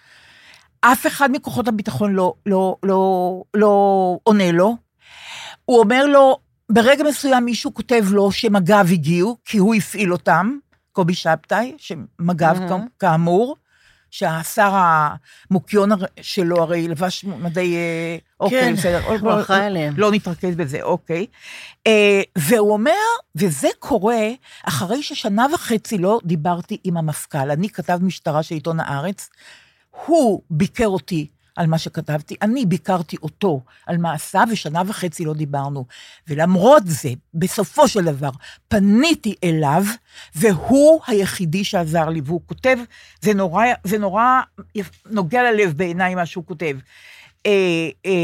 אף אחד מכוחות הביטחון לא, לא, לא, לא עונה לו, הוא אומר לו, ברגע מסוים מישהו כותב לו שמג"ב הגיעו, כי הוא הפעיל אותם, קובי שבתאי, שמג"ב mm-hmm. כאמור, שהשר המוקיון שלו הרי לבש מדי, אוקיי, כן, בסדר, הוא אחראי אליהם. לא נתרכז בזה, אוקיי. והוא אומר, וזה קורה, אחרי ששנה וחצי לא דיברתי עם המפכ"ל, אני כתב משטרה של עיתון הארץ, הוא ביקר אותי, על מה שכתבתי, אני ביקרתי אותו על מעשה, ושנה וחצי לא דיברנו, ולמרות זה, בסופו של דבר, פניתי אליו, והוא היחידי שעזר לי, והוא כותב, זה נורא, זה נורא נוגע ללב בעיניי מה שהוא כותב. אה, אה,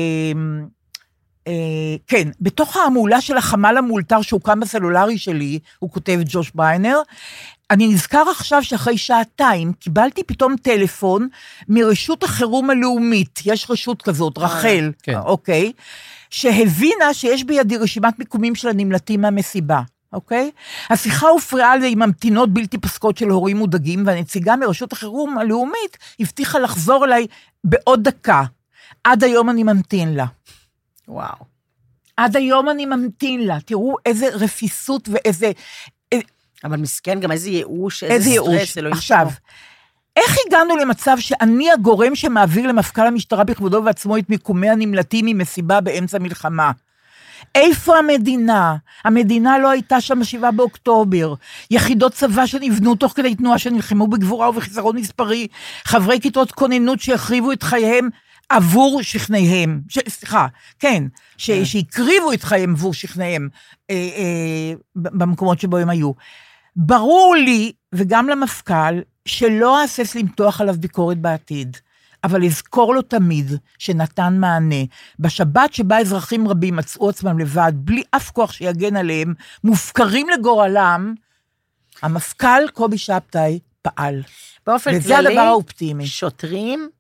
אה, כן, בתוך המעולה של החמ"ל המאולתר שהוקם בסלולרי שלי, הוא כותב ג'וש בריינר, אני נזכר עכשיו שאחרי שעתיים, קיבלתי פתאום טלפון מרשות החירום הלאומית, יש רשות כזאת, רחל, כן. אוקיי, שהבינה שיש בידי רשימת מיקומים של הנמלטים מהמסיבה, אוקיי? השיחה הופרעה לי עם ממתינות בלתי פסקות של הורים מודאגים, והנציגה מרשות החירום הלאומית הבטיחה לחזור אליי בעוד דקה. עד היום אני ממתין לה. וואו. עד היום אני ממתין לה. תראו איזה רפיסות ואיזה... אבל מסכן, גם איזה ייאוש, איזה סטרס, אלוהים עכשיו, שמו. איך הגענו למצב שאני הגורם שמעביר למפכ"ל המשטרה בכבודו ועצמו את מיקומי הנמלטים ממסיבה באמצע מלחמה? איפה המדינה? המדינה לא הייתה שם בשבעה באוקטובר. יחידות צבא שנבנו תוך כדי תנועה שנלחמו בגבורה ובחיסרון מספרי. חברי כיתות כוננות שהחריבו את חייהם עבור שכניהם. ש... סליחה, כן, ש... שהקריבו את חייהם עבור שכניהם אה, אה, במקומות שבו הם היו. ברור לי, וגם למפכ"ל, שלא אסס למתוח עליו ביקורת בעתיד. אבל לזכור לו תמיד שנתן מענה. בשבת שבה אזרחים רבים מצאו עצמם לבד, בלי אף כוח שיגן עליהם, מופקרים לגורלם, המפכ"ל קובי שבתאי פעל. באופן וזה כללי, הדבר האופטימי. שוטרים,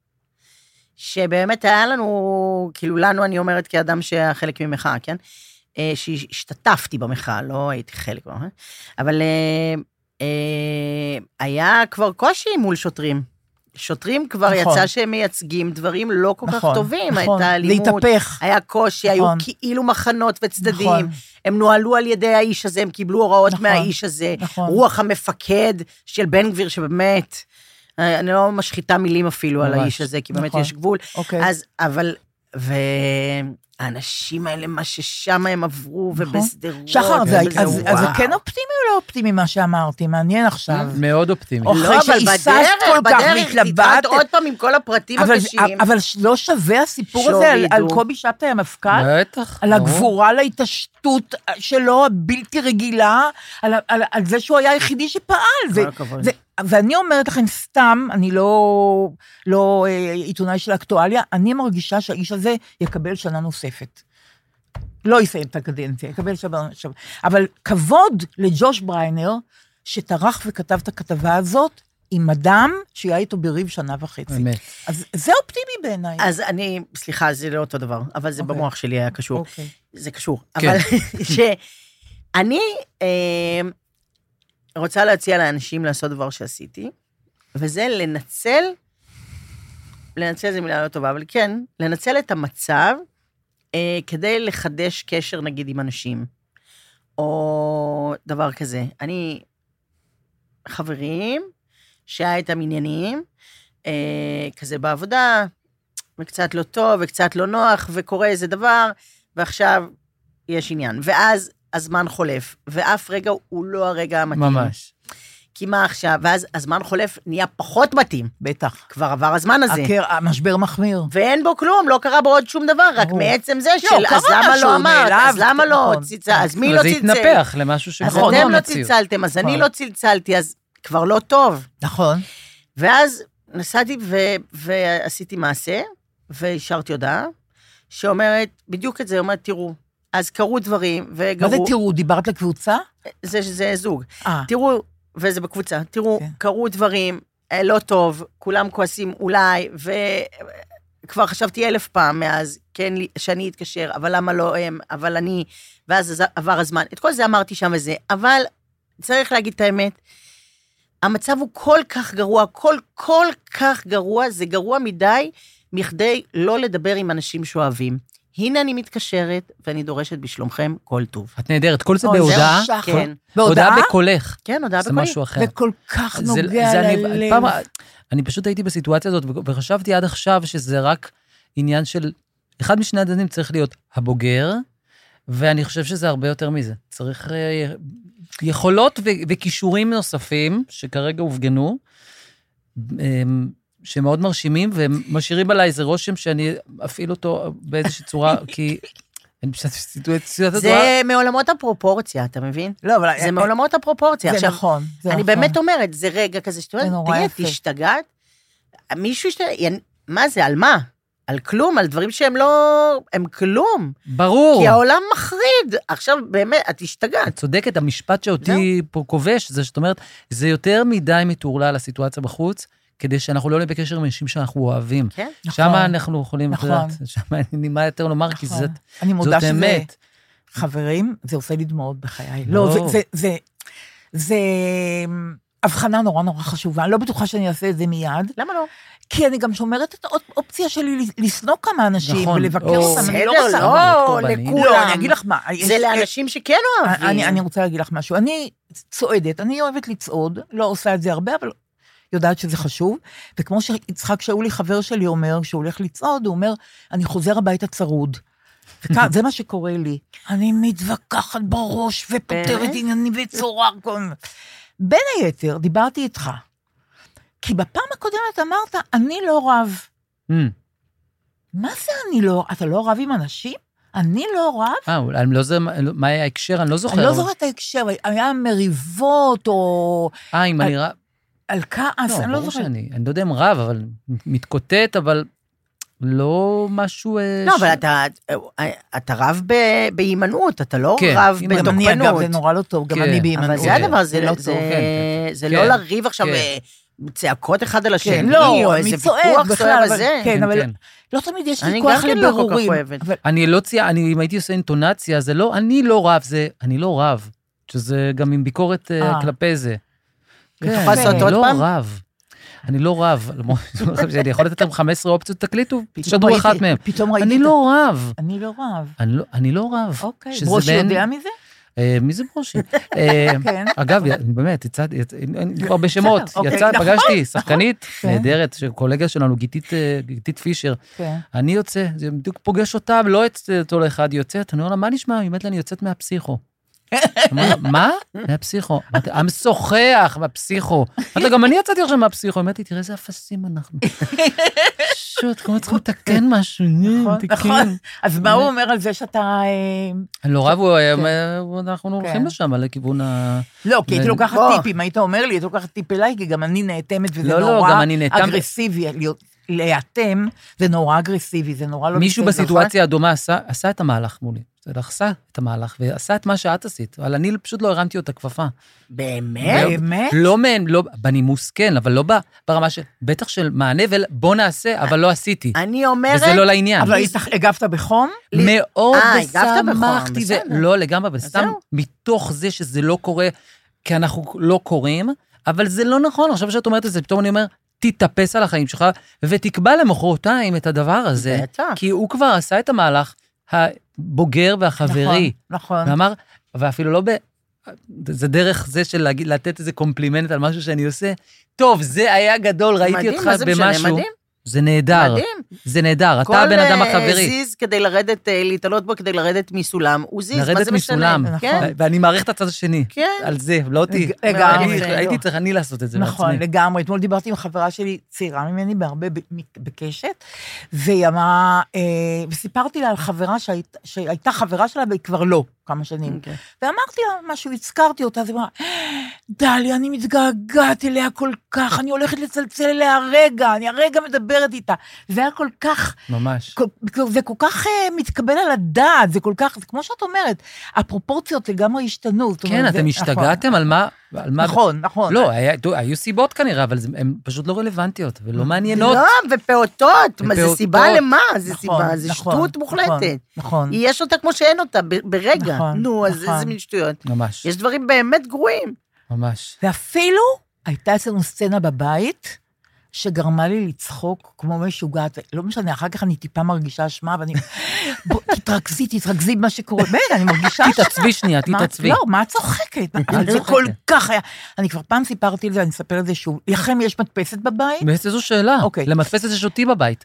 שבאמת היה לנו, כאילו לנו אני אומרת כאדם שהיה חלק ממחאה, כן? שהשתתפתי במחאה, לא הייתי חלק ממחאה, אבל היה כבר קושי מול שוטרים. שוטרים כבר נכון. יצא שהם מייצגים דברים לא כל נכון, כך טובים, נכון. הייתה אלימות, להתהפך. היה קושי, נכון. היו כאילו מחנות וצדדים, נכון. הם נועלו על ידי האיש הזה, הם קיבלו הוראות נכון, מהאיש הזה, נכון. רוח המפקד של בן גביר שבאמת, אני לא משחיתה מילים אפילו ממש. על האיש הזה, כי באמת נכון. יש גבול, אוקיי. אז, אבל, ו... האנשים האלה, מה ששם הם עברו, ובסדרות. שחר, אז זה כן אופטימי או לא אופטימי מה שאמרתי? מעניין עכשיו. מאוד אופטימי. לא, אבל בדרך, בדרך, תתחלת עוד פעם עם כל הפרטים הקשים. אבל לא שווה הסיפור הזה על קובי שבתאי המפכ"ל? בטח. על הגבורה להתעשתות שלו, הבלתי רגילה, על זה שהוא היה היחידי שפעל. ואני אומרת לכם סתם, אני לא, לא עיתונאי של האקטואליה, אני מרגישה שהאיש הזה יקבל שנה נוספת. לא יסיים את הקדנציה, יקבל שנה נוספת. אבל כבוד לג'וש בריינר, שטרח וכתב את הכתבה הזאת, עם אדם שהיה איתו בריב שנה וחצי. באמת. אז זה אופטימי בעיניי. אז אני, סליחה, זה לא אותו דבר, אבל זה במוח שלי היה קשור. זה קשור. כן. אבל שאני... רוצה להציע לאנשים לעשות דבר שעשיתי, וזה לנצל, לנצל זה מילה לא טובה, אבל כן, לנצל את המצב, אה, כדי לחדש קשר, נגיד, עם אנשים, או דבר כזה. אני, חברים, שהיה איתם עניינים, אה, כזה בעבודה, וקצת לא טוב, וקצת לא נוח, וקורה איזה דבר, ועכשיו יש עניין. ואז, הזמן חולף, ואף רגע הוא לא הרגע המתאים. ממש. כי מה עכשיו? ואז הזמן חולף נהיה פחות מתאים. בטח. כבר עבר הזמן הזה. הקר, המשבר מחמיר. ואין בו כלום, לא קרה בו עוד שום דבר, רק מעצם זה של, אז למה לא אמרת, אז למה לא צלצל, אז מי לא צלצל? וזה התנפח למשהו שנכון. אז אתם לא צלצלתם, אז אני לא צלצלתי, אז כבר לא טוב. נכון. ואז נסעתי ועשיתי מעשה, והשארתי הודעה, שאומרת, בדיוק את זה, אומרת, תראו, אז קרו דברים, וגרו... מה זה תראו? דיברת לקבוצה? זה, זה זוג. 아. תראו, וזה בקבוצה, תראו, כן. קרו דברים, לא טוב, כולם כועסים אולי, וכבר חשבתי אלף פעם מאז, כן, שאני אתקשר, אבל למה לא הם, אבל אני, ואז עבר הזמן. את כל זה אמרתי שם וזה, אבל צריך להגיד את האמת, המצב הוא כל כך גרוע, כל, כל כך גרוע, זה גרוע מדי, מכדי לא לדבר עם אנשים שאוהבים. הנה אני מתקשרת, ואני דורשת בשלומכם כל טוב. את נהדרת, כל זה בהודעה? כן. בהודעה בקולך. כן, הודעה בקולך. בקולך. זה משהו אחר. וכל כך נוגע ללב. אני פשוט הייתי בסיטואציה הזאת, וחשבתי עד עכשיו שזה רק עניין של, אחד משני הצדדים צריך להיות הבוגר, ואני חושב שזה הרבה יותר מזה. צריך יכולות וכישורים נוספים, שכרגע הופגנו, שמאוד מרשימים, והם משאירים עליי איזה רושם שאני אפעיל אותו באיזושהי צורה, כי אני פשוט סיטואציה... זה מעולמות הפרופורציה, אתה מבין? לא, אבל... זה מעולמות הפרופורציה. זה נכון, זה נכון. אני באמת אומרת, זה רגע כזה, שאתה אומרת, תגיד, תשתגעת? מישהו השתגעת? מה זה, על מה? על כלום, על דברים שהם לא... הם כלום. ברור. כי העולם מחריד. עכשיו, באמת, את השתגעת. את צודקת, המשפט שאותי פה כובש, זה שאת אומרת, זה יותר מדי מתורלה לסיטואציה בחוץ, כדי שאנחנו לא נהיה בקשר עם אנשים שאנחנו אוהבים. כן. שם אנחנו יכולים לדעת. שם אני מה יותר לומר, כי זאת אמת. אני מודה שזה... חברים, זה עושה לי דמעות בחיי. לא, זה הבחנה נורא נורא חשובה. אני לא בטוחה שאני אעשה את זה מיד. למה לא? כי אני גם שומרת את האופציה שלי לשנוא כמה אנשים, ולבקר אותם. אני לא רוצה... לא, לכולם. לא, אני אגיד לך מה. זה לאנשים שכן אוהבים. אני רוצה להגיד לך משהו. אני צועדת, אני אוהבת לצעוד, לא עושה את זה הרבה, אבל... יודעת שזה חשוב, וכמו שיצחק שאולי חבר שלי אומר, כשהוא הולך לצעוד, הוא אומר, אני חוזר הביתה צרוד. וכאן, זה מה שקורה לי. אני מתווכחת בראש, ופותרת עניינים וצורה. בין היתר, דיברתי איתך, כי בפעם הקודמת אמרת, אני לא רב. מה זה אני לא, אתה לא רב עם אנשים? אני לא רב? אה, אני לא זוכר, מה היה ההקשר? אני לא זוכר. אני לא זוכר את ההקשר, היה מריבות, או... אה, אם אני רב... על כעס, אני לא זוכרת. שאני, אני לא יודע אם רב, אבל מתקוטט, אבל לא משהו... לא, אבל אתה רב בהימנעות, אתה לא רב בתוקפנות. גם אני אגב, זה נורא לא טוב, גם אני בהימנעות. אבל זה הדבר, זה לא לריב עכשיו צעקות אחד על השני, או איזה ויכוח סוער וזה. כן, אבל לא תמיד יש לי כוח לבירורים. אני לא צייה, אם הייתי עושה אינטונציה, זה לא, אני לא רב, זה אני לא רב, שזה גם עם ביקורת כלפי זה. כן, אני לא רב. אני לא רב. אני יכול לתת להם חמש עשרה אופציות, תקליטו, תשדרו אחת מהם. פתאום ראיתי... אני לא רב. אני לא רב. אני לא רב. אוקיי, ברוש יודע מזה? מי זה ברושי? אגב, באמת, יצאתי, כבר בשמות, יצא, פגשתי, שחקנית נהדרת, קולגה שלנו, גיתית פישר. אני יוצא, זה בדיוק פוגש אותה, לא אותו לאחד יוצאת, אני אומר לה, מה נשמע? היא אומרת לה, אני יוצאת מהפסיכו. מה? מהפסיכו. המשוחח מהפסיכו. גם אני יצאתי עכשיו מהפסיכו, אמרתי, תראה איזה אפסים אנחנו. פשוט, כמו צריכים לתקן משהו. נכון. אז מה הוא אומר על זה שאתה... לא רב, אנחנו הולכים לשם, לכיוון ה... לא, כי הייתי לוקחת טיפים, היית אומר לי, הייתי לוקחת טיפ אליי, כי גם אני נאטמת, וזה נורא אגרסיבי. להאטם, זה נורא אגרסיבי, זה נורא לא... מישהו בסיטואציה הדומה עשה את המהלך מולי. זה עשה את המהלך, ועשה את מה שאת עשית, אבל אני פשוט לא הרמתי אותה כפפה. באמת? באמת? לא מהן, לא, בנימוס כן, אבל לא ברמה של, בטח של מענה, ובוא נעשה, אבל לא עשיתי. אני אומרת... וזה לא לעניין. אבל הגבת בחום? מאוד, ושמחתי, לא לגמרי, וסתם מתוך זה שזה לא קורה, כי אנחנו לא קוראים, אבל זה לא נכון, עכשיו שאת אומרת את זה, פתאום אני אומר, תתאפס על החיים שלך, ותקבע למחרתיים את הדבר הזה, כי הוא כבר עשה את המהלך הבוגר והחברי. נכון, נכון. ואמר, ואפילו לא ב... זה דרך זה של להגיד, לתת איזה קומפלימנט על משהו שאני עושה. טוב, זה היה גדול, ראיתי אותך במשהו. מדהים. זה נהדר. מדהים. זה נהדר, אתה הבן אדם החברי. כל זיז כדי לרדת, להתעלות בו כדי לרדת מסולם, הוא זיז, מה זה משנה? כן. ואני מעריך את הצד השני. כן. על זה, לא אותי. לגמרי. הייתי צריך אני לעשות את זה בעצמי. נכון, לגמרי. אתמול דיברתי עם חברה שלי, צעירה ממני, בהרבה בקשת, והיא אמרה, וסיפרתי לה על חברה שהייתה חברה שלה, והיא כבר לא. כמה שנים. Okay. ואמרתי לה משהו, הזכרתי אותה, זה אמרה, דליה, אני מתגעגעת אליה כל כך, אני הולכת לצלצל אליה הרגע, אני הרגע מדברת איתה. זה היה כל כך... ממש. כל, זה כל כך uh, מתקבל על הדעת, זה כל כך, זה כמו שאת אומרת, הפרופורציות לגמרי השתנו. כן, אתם השתגעתם על מה... נכון, נכון. לא, היו סיבות כנראה, אבל הן פשוט לא רלוונטיות, ולא מעניינות. לא, ופעוטות, זה סיבה למה? זה סיבה, זה שטות מוחלטת. נכון. יש אותה כמו שאין אותה, ברגע. נו, אז איזה מין שטויות. ממש. יש דברים באמת גרועים. ממש. ואפילו הייתה אצלנו סצנה בבית, שגרמה לי לצחוק כמו משוגעת, לא משנה, אחר כך אני טיפה מרגישה אשמה, ואני, בוא, תתרכזי, תתרכזי במה שקורה, בין, אני מרגישה אשמה. תתעצבי שנייה, תתעצבי. לא, מה צוחקת? זה כל כך היה, אני כבר פעם סיפרתי על זה, אני אספר את זה שוב, לכם יש מדפסת בבית? באמת איזו שאלה, למדפסת יש אותי בבית.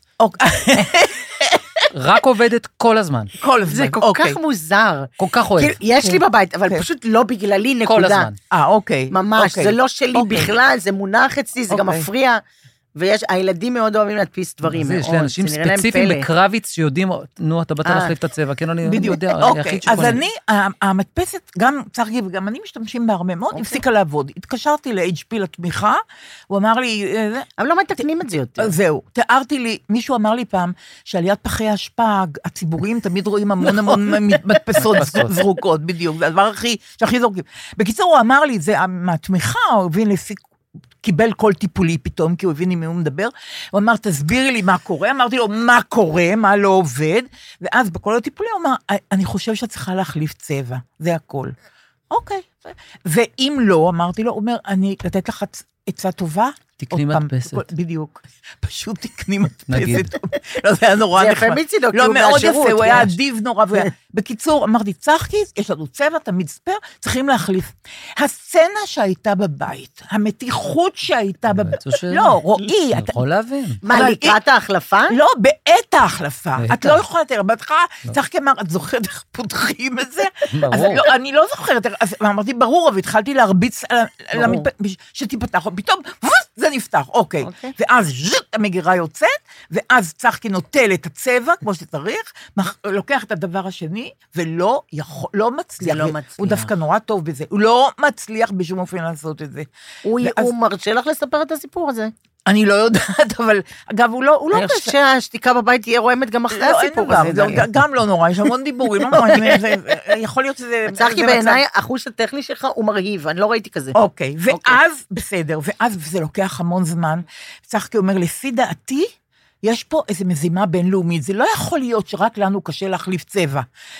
רק עובדת כל הזמן. כל הזמן. זה כל כך מוזר. כל כך אוהב. יש לי בבית, אבל פשוט לא בגללי נקודה. כל הזמן. אה, אוקיי. ממש, זה לא שלי בכלל, זה מונח אצלי, זה גם מפריע. ויש, הילדים מאוד אוהבים להדפיס דברים. יש לי אנשים ספציפיים בקרביץ שיודעים, נו, אתה באת להחליף את הצבע, כן, אני יודע. אוקיי, אז אני, המדפסת, גם צחקי וגם אני משתמשים בהרבה מאוד, הפסיקה לעבוד. התקשרתי ל-אייץ' פי לתמיכה, הוא אמר לי... אבל לא מתקנים את זה יותר. זהו, תיארתי לי, מישהו אמר לי פעם, שעל יד פחי ההשפעה, הציבוריים תמיד רואים המון המון מדפסות זרוקות, בדיוק, זה הדבר הכי זרוקים. בקיצור, הוא אמר לי, זה מהתמיכה, הוא הבין לפי קיבל כל טיפולי פתאום, כי הוא הבין עם מי הוא מדבר, הוא אמר, תסבירי לי מה קורה, אמרתי לו, מה קורה, מה לא עובד, ואז בכל הטיפולי הוא אמר, אני חושב שאת צריכה להחליף צבע, זה הכל. אוקיי. ואם לא, אמרתי לו, הוא אומר, אני לתת לך עצה טובה, תקני מדפסת. בדיוק. פשוט תקני מדפסת. לא, זה היה נורא נחמד. זה יפה מצידו, כי הוא מהשירות. לא, מאוד יפה, הוא היה אדיב נורא. בקיצור, אמרתי, צחקי, יש לנו צבע, תמיד ספר, צריכים להחליף. הסצנה שהייתה בבית, המתיחות שהייתה בבית, לא, רואי. אתה יכול להבין. מה, לקראת ההחלפה? לא, בעת ההחלפה. את לא יכולה לתאר, בתך, צחקי אמר, את זוכרת איך פותחים את זה? ברור. אני לא זוכרת, אמרתי, ברור, אבל התחלתי להרביץ, שתיפתח, פתאום, זה נפתח, אוקיי. ואז ז'ט, המגירה יוצאת, ואז צחקי נוטל את הצבע, כמו שצריך, לוקח את הדבר השני, ולא יכול, לא מצליח. זה לא מצליח. הוא דווקא נורא טוב בזה. הוא לא מצליח בשום אופן לעשות את זה. הוא מרשה לך לספר את הסיפור הזה? אני לא יודעת, אבל, אגב, הוא לא... אני חושבת שהשתיקה בבית תהיה רועמת גם אחרי הסיפור הזה. גם לא נורא, יש המון דיבורים, יכול להיות שזה... צחקי בעיניי, החוש הטכני שלך הוא מרהיב, אני לא ראיתי כזה. אוקיי, ואז, בסדר, ואז זה לוקח המון זמן, צחקי אומר, לפי דעתי, יש פה איזו מזימה בינלאומית, זה לא יכול להיות שרק לנו קשה להחליף צבע.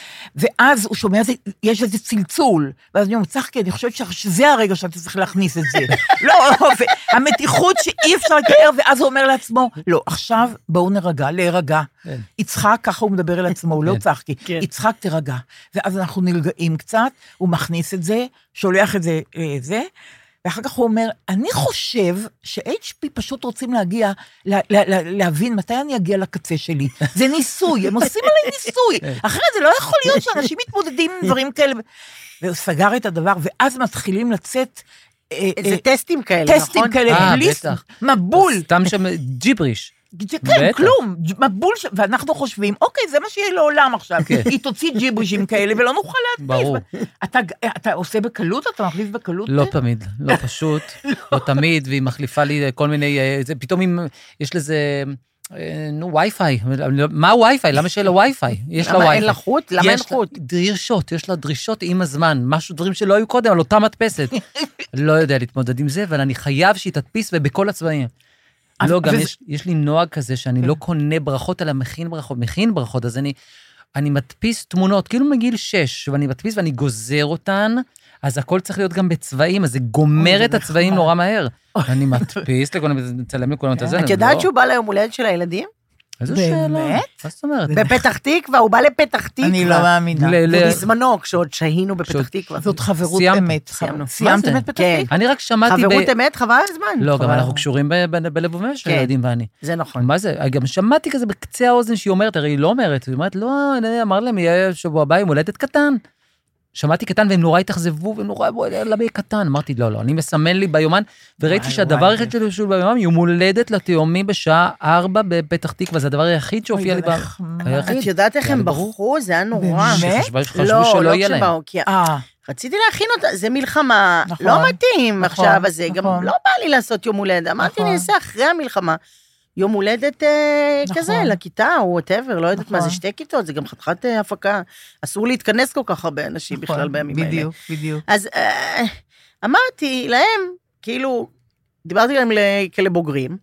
ואז הוא שומע, יש איזה צלצול, ואז אני אומר, צחקי, אני חושבת שזה הרגע שאתה צריך להכניס את זה. לא, המתיחות שאי אפשר לתאר, ואז הוא אומר לעצמו, לא, עכשיו בואו נרגע, להירגע. יצחק, ככה הוא מדבר אל עצמו, הוא לא צחקי, יצחק תרגע. ואז אנחנו נרגעים קצת, הוא מכניס את זה, שולח את זה לזה, ואחר כך הוא אומר, אני חושב ש-אייץ' פי פשוט רוצים להגיע, לה, לה, לה, להבין מתי אני אגיע לקצה שלי. זה ניסוי, הם עושים עליי ניסוי. אחרת זה לא יכול להיות שאנשים מתמודדים עם דברים כאלה. והוא סגר את הדבר, ואז מתחילים לצאת... איזה טסטים כאלה, נכון? טסטים כאלה, בלי מבול. סתם שם ג'יבריש. כן, כלום, מבול, ואנחנו חושבים, אוקיי, זה מה שיהיה לעולם עכשיו, היא תוציא ג'יברישים כאלה, ולא נוכל להדפיס. ברור. אתה עושה בקלות? אתה מחליף בקלות? לא תמיד, לא פשוט, לא תמיד, והיא מחליפה לי כל מיני, פתאום אם יש לזה, נו, וי-פיי, מה וי-פיי? למה שיהיה לה וי-פיי? יש לה וי-פיי. למה אין לה חוט? למה אין חוט? דרישות, יש לה דרישות עם הזמן, משהו, דברים שלא היו קודם, על אותה מדפסת. לא יודע להתמודד עם זה, אבל אני חייב שהיא תדפיס ובכל הצבעים. לא, גם יש, יש לי נוהג כזה שאני לא קונה ברכות, אלא מכין ברכות, מכין ברכות, אז אני, אני מדפיס תמונות, כאילו מגיל שש, ואני מדפיס ואני גוזר אותן, אז הכל צריך להיות גם בצבעים, אז זה גומר את הצבעים נורא מהר. אני מדפיס, מצלם לכולם את זה. את יודעת שהוא בא ליום הולדת של הילדים? איזו שאלה. באמת? מה זאת אומרת? בפתח תקווה, הוא בא לפתח תקווה. אני לא מאמינה. בזמנו, כשעוד שהינו בפתח תקווה. זאת חברות אמת. סיימתם את פתח תקווה? אני רק שמעתי... חברות אמת, חבל הזמן. לא, גם אנחנו קשורים בלב ומש, הילדים ואני. זה נכון. מה זה? גם שמעתי כזה בקצה האוזן שהיא אומרת, הרי היא לא אומרת, היא אומרת, לא, אמר להם, יהיה שבוע הבא עם הולדת קטן. שמעתי קטן, והם נורא התאכזבו, והם נורא, למה יהיה קטן? אמרתי, לא, לא, אני מסמן לי ביומן, וראיתי שהדבר היחיד שלי שוב ביומן, יום הולדת לתאומים בשעה ארבע בפתח תקווה, זה הדבר היחיד שהופיע לי ביומן. את יודעת איך הם בחרו? זה היה נורא. חשבו שלא יהיה להם. רציתי להכין אותה, זה מלחמה, לא מתאים עכשיו, אז זה גם לא בא לי לעשות יום הולדת, אמרתי, אני אעשה אחרי המלחמה. יום הולדת כזה, לכיתה, או whatever, לא יודעת מה זה שתי כיתות, זה גם חתיכת הפקה, אסור להתכנס כל כך הרבה אנשים בכלל בימים האלה. בדיוק, בדיוק. אז אמרתי להם, כאילו, דיברתי להם כאלה בוגרים,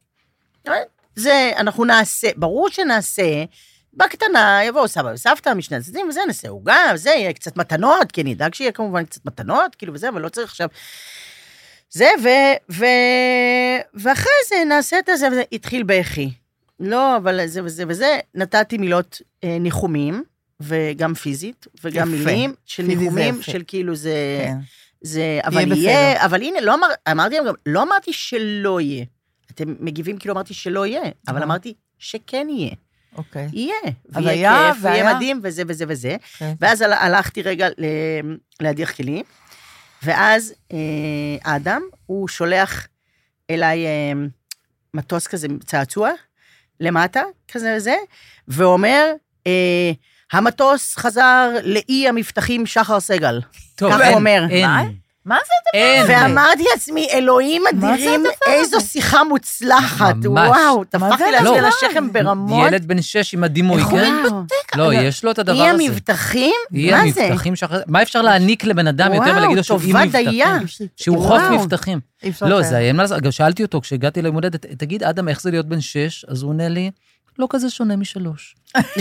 זה, אנחנו נעשה, ברור שנעשה, בקטנה, יבואו סבא וסבתא, משני הצדדים, וזה נעשה עוגה, וזה יהיה קצת מתנות, כי נדאג שיהיה כמובן קצת מתנות, כאילו וזה, אבל לא צריך עכשיו... זה, ו, ו, ואחרי זה נעשה את זה, וזה התחיל בכי. לא, אבל זה וזה וזה, נתתי מילות אה, ניחומים, וגם פיזית, וגם יפה. מילים של ניחומים, של כאילו זה, כן. זה, אבל יהיה, יהיה אבל הנה, לא אמר, אמרתי גם, לא אמרתי שלא יהיה. אתם מגיבים כאילו אמרתי שלא יהיה, אבל אמרתי שכן יהיה. אוקיי. יהיה. ויהיה כיף, ויהיה מדהים, וזה וזה וזה. ואז הלכתי רגע להדיח כלים, ואז אה, האדם, הוא שולח אליי אה, מטוס כזה, צעצוע, למטה, כזה וזה, ואומר, אה, המטוס חזר לאי המבטחים שחר סגל. טוב, כך אין, הוא אומר. אין. מה? מה זה הדבר? ואמרתי לעצמי, אלוהים אדירים, איזו שיחה מוצלחת. וואו, תפכתי לעצמי על השכם ברמות. ילד בן שש עם הדימוי, כן? לא, יש לו את הדבר הזה. אי המבטחים? אי המבטחים שחר... מה אפשר להעניק לבן אדם יותר ולהגיד לו שהוא אי מבטחים? שהוא חוף מבטחים. לא, זה היה, גם שאלתי אותו, כשהגעתי ליום הולדת, תגיד, אדם, איך זה להיות בן שש? אז הוא עונה לי, לא כזה שונה משלוש.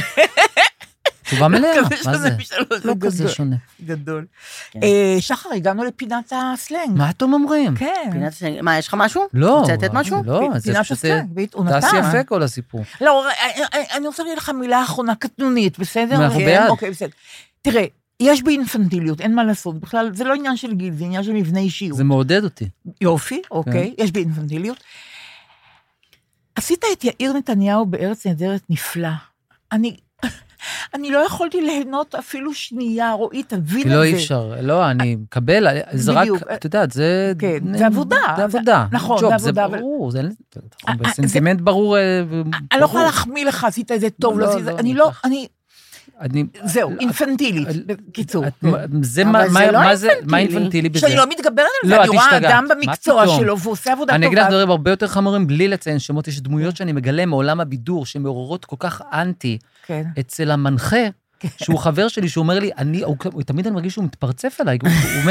תשובה מלאה, מה זה? לא כזה שונה. גדול. שחר, הגענו לפינת הסלנג. מה אתם אומרים? כן. פינת הסלנג, מה, יש לך משהו? לא. רוצה לתת משהו? לא, זה פשוט... תעשי יפה כל הסיפור. לא, אני רוצה להגיד לך מילה אחרונה קטנונית, בסדר? אנחנו ביד. אוקיי, בסדר. תראה, יש בי אינפנטיליות, אין מה לעשות. בכלל, זה לא עניין של גיל, זה עניין של מבנה אישיות. זה מעודד אותי. יופי, אוקיי, יש בי אינפנטיליות. עשית את יאיר נתניהו בארץ נהדרת נפלא. אני... אני לא יכולתי ליהנות אפילו שנייה, רואי, תבין את זה. לא אי אפשר, לא, אני מקבל, זה רק, את יודעת, זה... כן, זה עבודה. זה עבודה. נכון, זה עבודה. זה ברור, זה סנטימנט ברור. אני לא יכולה להחמיא לך, עשית את זה טוב, אני לא, אני... זהו, אינפנטילית, בקיצור. זה מה אינפנטילי בזה? שאני לא מתגברת על זה, אני רואה אדם במקצוע שלו, והוא עושה עבודה טובה. אני אגיד לך דברים הרבה יותר חמורים, בלי לציין שמות, יש דמויות שאני מגלה מעולם הבידור, שמעוררות כל כך אנטי, אצל המנחה, שהוא חבר שלי, שהוא אומר לי, הוא תמיד אני מרגיש שהוא מתפרצף עליי, הוא אומר,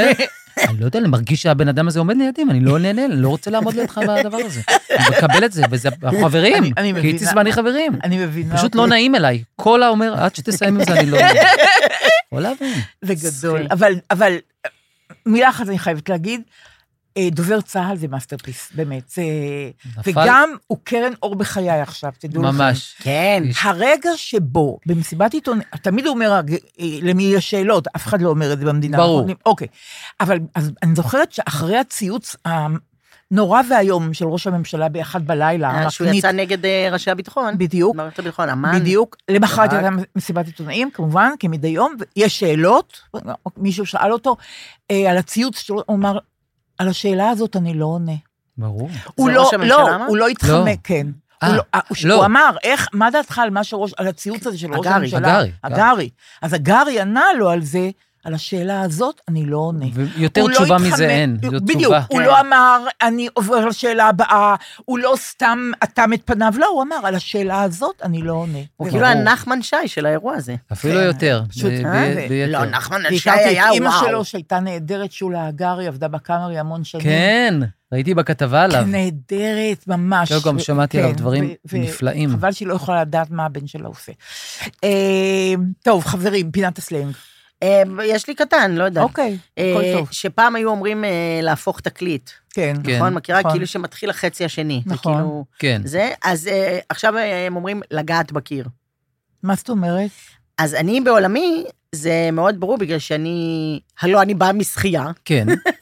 אני לא יודע, אני מרגיש שהבן אדם הזה עומד לידי, ואני לא נהנה, אני לא רוצה לעמוד לידך בדבר הזה. אני מקבל את זה, וזה חברים, כי הייתי זמני חברים. אני מבינה. פשוט לא נעים אליי. כל האומר, עד שתסיים עם זה, אני לא... לא להבין. זה גדול. אבל מילה אחת אני חייבת להגיד, דובר צהל זה מאסטרפיס, באמת. וגם הוא קרן אור בחיי עכשיו, תדעו לכם. ממש. כן. הרגע שבו, במסיבת עיתון, תמיד הוא אומר, למי יש שאלות, אף אחד לא אומר את זה במדינה. ברור. אוקיי. אבל אני זוכרת שאחרי הציוץ הנורא והיום של ראש הממשלה באחד בלילה, שהוא יצא נגד ראשי הביטחון. בדיוק. מערכת הביטחון, אמן. בדיוק. למחרת הייתה מסיבת עיתונאים, כמובן, כמדי יום, יש שאלות, מישהו שאל אותו, על הציוץ שלו, הוא אמר, על השאלה הזאת אני לא עונה. ברור. הוא לא, לא, הוא לא התחמק, כן. הוא אמר, איך, מה דעתך על מה שראש, על הציוץ הזה של ראש הממשלה? הגרי. הגרי. אז הגרי ענה לו על זה, על השאלה הזאת, אני לא עונה. ויותר תשובה מזה אין. בדיוק, הוא לא אמר, אני עובר לשאלה הבאה, הוא לא סתם אטם את פניו, לא, הוא אמר, על השאלה הזאת, אני לא עונה. הוא כאילו הנחמן שי של האירוע הזה. אפילו יותר. לא, נחמן שי היה, וואו. אמא שלו שהייתה נהדרת, שולה הגרי, עבדה בקאמרי המון שנים. כן, ראיתי בכתבה עליו. נהדרת, ממש. לא, גם שמעתי עליו דברים נפלאים. חבל שהיא לא יכולה לדעת מה הבן שלה עושה. טוב, חברים, פינת הסלנג. יש לי קטן, לא יודעת. אוקיי, הכל טוב. שפעם היו אומרים להפוך תקליט. כן. נכון, מכירה? כאילו שמתחיל החצי השני. נכון. כן. זה, אז עכשיו הם אומרים לגעת בקיר. מה זאת אומרת? אז אני בעולמי, זה מאוד ברור, בגלל שאני, הלא, אני באה משחייה. כן.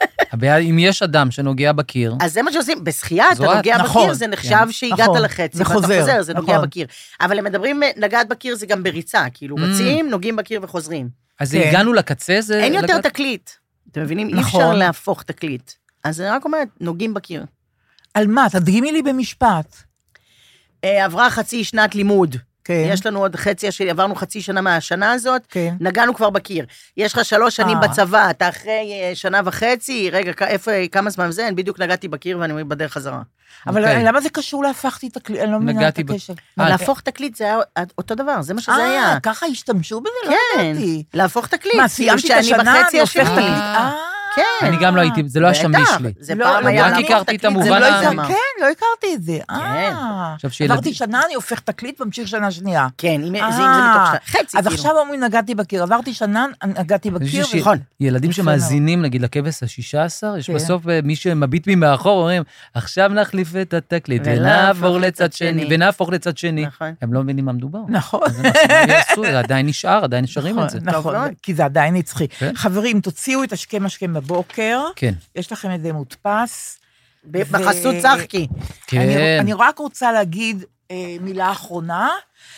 אם יש אדם שנוגע בקיר... אז זה מה שעושים, בשחייה אתה נוגע בקיר, זה נחשב שהגעת לחצי, ואתה חוזר, זה נוגע בקיר. אבל הם מדברים, לגעת בקיר זה גם בריצה, כאילו רצים, נוגעים בקיר וחוזרים. אז הגענו לקצה, זה... אין יותר תקליט. אתם מבינים? אי אפשר להפוך תקליט. אז אני רק אומרת, נוגעים בקיר. על מה? תדגימי לי במשפט. עברה חצי שנת לימוד. יש לנו עוד חצי, עברנו חצי שנה מהשנה הזאת, נגענו כבר בקיר. יש לך שלוש שנים בצבא, אתה אחרי שנה וחצי, רגע, כמה זמן זה? אני בדיוק נגעתי בקיר ואני בדרך חזרה. אבל למה זה קשור להפכתי תקליט? אני לא מבינה את הקשר. להפוך תקליט זה היה אותו דבר, זה מה שזה היה. אה, ככה השתמשו בזה? לא ידעתי. להפוך תקליט. מה, סיימתי את השנה, אני הופך תקליט. כן. אני גם לא הייתי, זה לא השמיש לי. זה פעם היה רק הכרתי את המובן העמה. כן, לא הכרתי את זה. עברתי שנה, אני הופך תקליט וממשיך שנה שנייה. כן, אם זה מתוך שנה. חצי. אז עכשיו אומרים, נגעתי בקיר. עברתי שנה, נגעתי בקיר. נכון. ילדים שמאזינים, נגיד, לכבש ה-שישה עשר, יש בסוף מי שמביט בי מאחור, אומרים, עכשיו נחליף את התקליט, ונעבור לצד שני, ונהפוך לצד שני. הם לא מבינים מה מדובר. נכון. זה עדיין נשאר, עדיין נשארים את זה. נכון, כי זה עדיין נצחי. חברים, תוציאו את השכם השכם בבוקר. כן. יש לכם את זה מודפס. בחסות צחקי. כן. אני רק רוצה להגיד מילה אחרונה.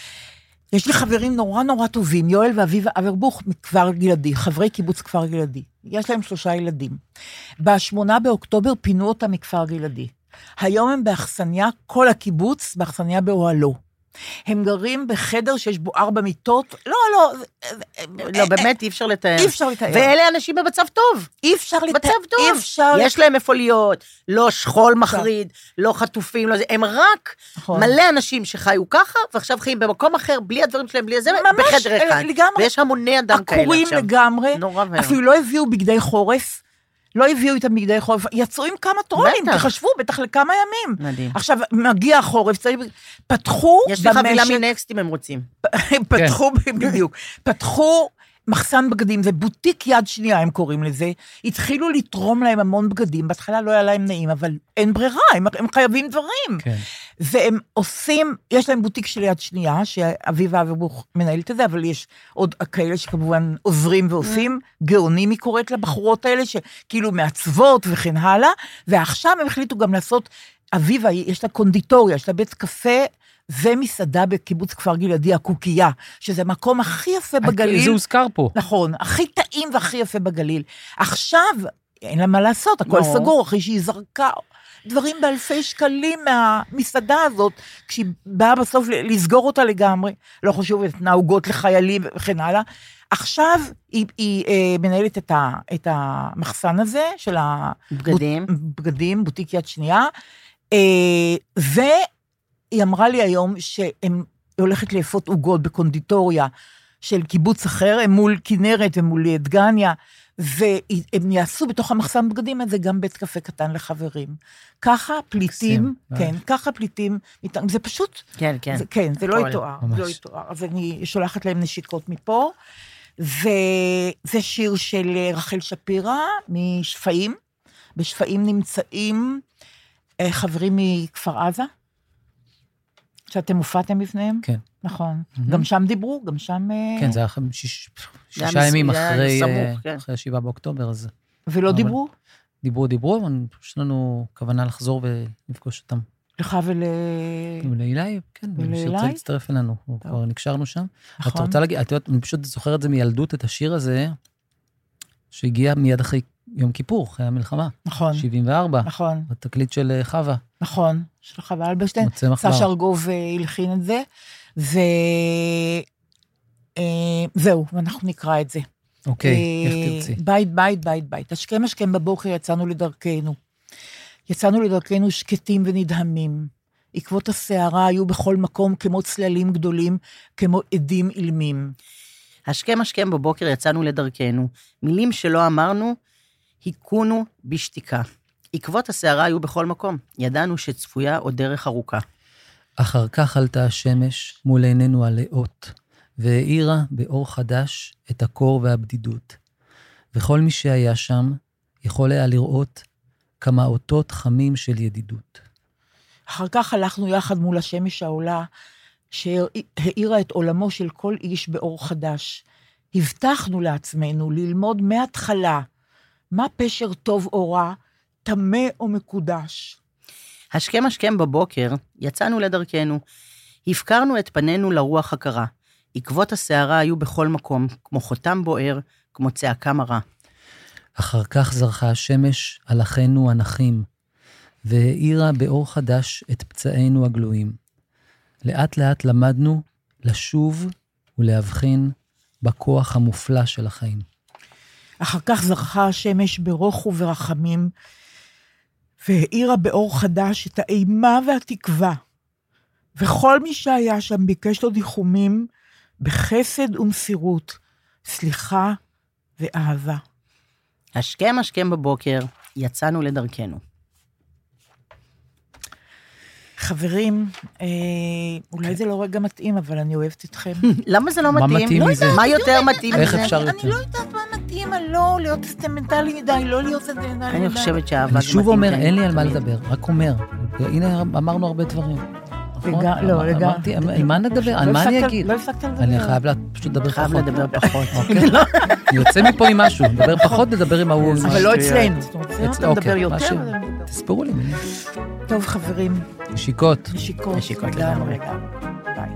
יש לי חברים נורא נורא טובים, יואל ואביבה אברבוך מכפר גלעדי, חברי קיבוץ כפר גלעדי. יש להם שלושה ילדים. בשמונה באוקטובר פינו אותם מכפר גלעדי. היום הם באכסניה, כל הקיבוץ באכסניה באוהלו. הם גרים בחדר שיש בו ארבע מיטות, לא, לא. לא, באמת אי אפשר לתאר. אי אפשר לתאר. ואלה אנשים במצב טוב. אי אפשר לתאר. מצב טוב. אי אפשר. יש להם איפה להיות, לא שכול מחריד, לא חטופים, לא זה. הם רק מלא אנשים שחיו ככה, ועכשיו חיים במקום אחר, בלי הדברים שלהם, בלי זה, בחדר אחד. ויש המוני אדם כאלה עכשיו. עקורים לגמרי. אפילו לא הביאו בגדי חורף. לא הביאו איתם בגדי חורף, יצאו עם כמה טרולים, תחשבו, בטח לכמה ימים. מדהים. עכשיו, מגיע החורף, פתחו יש לי חבילה מנקסט אם הם רוצים. פתחו, בדיוק, פתחו מחסן בגדים, זה בוטיק יד שנייה, הם קוראים לזה, התחילו לתרום להם המון בגדים, בהתחלה לא היה להם נעים, אבל אין ברירה, הם, הם חייבים דברים. כן. והם עושים, יש להם בוטיק של יד שנייה, שאביבה אברבוך מנהלת את זה, אבל יש עוד כאלה שכמובן עוזרים ועושים, גאונים היא קוראת לבחורות האלה, שכאילו מעצבות וכן הלאה, ועכשיו הם החליטו גם לעשות, אביבה, יש לה קונדיטוריה, יש לה בית קפה, ומסעדה בקיבוץ כפר גלעדי, הקוקייה, שזה המקום הכי יפה בגליל. זה הוזכר פה. נכון, הכי טעים והכי יפה בגליל. עכשיו, אין לה מה לעשות, הכל סגור, אחרי שהיא זרקה דברים באלפי שקלים מהמסעדה הזאת, כשהיא באה בסוף לסגור אותה לגמרי, לא חשוב, את נהוגות לחיילים וכן הלאה. עכשיו היא, היא אה, מנהלת את, ה, את המחסן הזה, של הבגדים, בגדים, בוטיק יד שנייה, אה, ו... היא אמרה לי היום שהיא הולכת לאפות עוגות בקונדיטוריה של קיבוץ אחר, הם מול כנרת ומול דגניה, והם יעשו בתוך המחסן בגדים הזה גם בית קפה קטן לחברים. ככה פליטים, כן, ככה פליטים, זה פשוט, כן, כן. זה, כן, זה לא יתואר, זה לא יתואר, אז אני שולחת להם נשיקות מפה, וזה שיר של רחל שפירא משפעים, בשפעים נמצאים חברים מכפר עזה, שאתם הופעתם בפניהם? כן. נכון. גם שם דיברו, גם שם... כן, זה היה שישה ימים אחרי השבעה באוקטובר, אז... ולא דיברו? דיברו, דיברו, אבל יש לנו כוונה לחזור ולפגוש אותם. לך ול... ולאילי, כן, שירצה להצטרף אלינו, כבר נקשרנו שם. נכון. את רוצה להגיד, אני פשוט זוכר את זה מילדות, את השיר הזה, שהגיע מיד אחרי יום כיפור, אחרי המלחמה. נכון. שבעים וארבע. נכון. בתקליט של חווה. נכון, של חווה אלברשטיין. סשה ארגוב הלחין את זה, וזהו, ואנחנו נקרא את זה. אוקיי, איך תרצי? בית, בית, בית, בית. השכם השכם בבוקר יצאנו לדרכנו. יצאנו לדרכנו שקטים ונדהמים. עקבות הסערה היו בכל מקום כמו צללים גדולים, כמו עדים אילמים. השכם השכם בבוקר יצאנו לדרכנו. מילים שלא אמרנו, היכונו בשתיקה. עקבות הסערה היו בכל מקום. ידענו שצפויה עוד דרך ארוכה. אחר כך עלתה השמש מול עינינו הלאות, והאירה באור חדש את הקור והבדידות. וכל מי שהיה שם יכול היה לראות כמה אותות חמים של ידידות. אחר כך הלכנו יחד מול השמש העולה, שהאירה את עולמו של כל איש באור חדש. הבטחנו לעצמנו ללמוד מההתחלה, מה פשר טוב או רע, תמה או מקודש. השכם השכם בבוקר יצאנו לדרכנו, הפקרנו את פנינו לרוח הקרה. עקבות הסערה היו בכל מקום, כמו חותם בוער, כמו צעקה מרה. אחר כך זרחה השמש על אחינו הנחים, והאירה באור חדש את פצעינו הגלויים. לאט לאט למדנו לשוב ולהבחין בכוח המופלא של החיים. אחר כך זרחה השמש ברוך וברחמים, והאירה באור חדש את האימה והתקווה. וכל מי שהיה שם ביקש לו דיחומים בחסד ומסירות, סליחה ואהבה. השכם השכם בבוקר יצאנו לדרכנו. חברים, אה, אולי זה לא רגע מתאים, אבל אני אוהבת אתכם. למה זה לא מתאים? מה מתאים מזה? מה יותר מתאים מזה? איך אפשר יותר? אני לא יודעת מה מתאים, לא להיות סטמנטלי מדי, לא להיות סטמנטלי מדי. אני חושבת שהאהבה אני שוב אומר, אין לי על מה לדבר, רק אומר. הנה, אמרנו הרבה דברים. לא, לגמרי. על מה נדבר? על מה אני אגיד? לא הפסקת לדבר. אני חייב פשוט לדבר פחות. חייב לדבר פחות. אני יוצא מפה עם משהו, לדבר פחות, לדבר עם ההוא. אבל לא אצלנו. אתה מדבר יותר. תספרו לי. טוב, חברים. נשיקות. נשיקות. נשיקות לגמרי. ביי.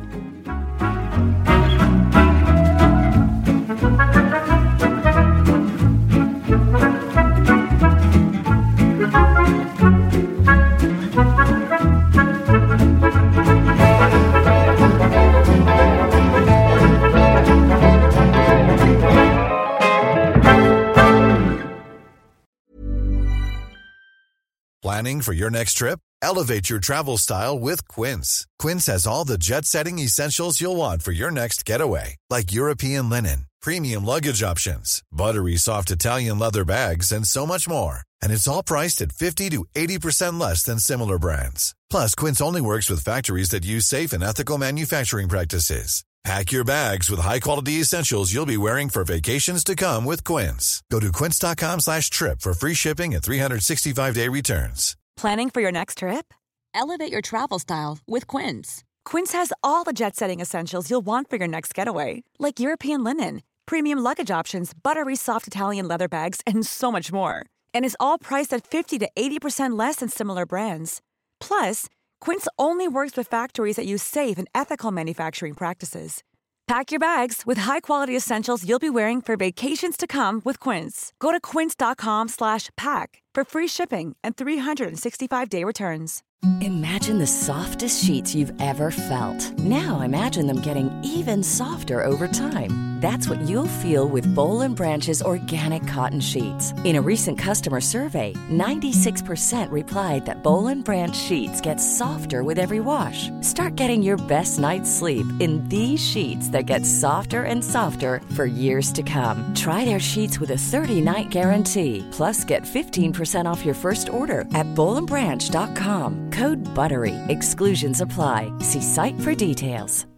Planning for your next trip? Elevate your travel style with Quince. Quince has all the jet-setting essentials you'll want for your next getaway, like European linen, premium luggage options, buttery soft Italian leather bags, and so much more. And it's all priced at fifty to eighty percent less than similar brands. Plus, Quince only works with factories that use safe and ethical manufacturing practices. Pack your bags with high-quality essentials you'll be wearing for vacations to come with Quince. Go to quince.com slash trip for free shipping and three sixty-five day returns. Planning for your next trip? Elevate your travel style with Quince. Quince has all the jet-setting essentials you'll want for your next getaway, like European linen, premium luggage options, buttery soft Italian leather bags, and so much more. And is all priced at fifty to eighty percent less than similar brands. Plus, Quince only works with factories that use safe and ethical manufacturing practices. Pack your bags with high-quality essentials you'll be wearing for vacations to come with Quince. Go to quince.com slash pack for free shipping and three sixty-five day returns. Imagine the softest sheets you've ever felt. Now imagine them getting even softer over time. That's what you'll feel with Boll and Branch's organic cotton sheets. In a recent customer survey, ninety-six percent replied that Boll and Branch sheets get softer with every wash. Start getting your best night's sleep in these sheets that get softer and softer for years to come. Try their sheets with a thirty-night guarantee. Plus, get fifteen percent off your first order at boll and branch dot com. Code BUTTERY. Exclusions apply. See site for details.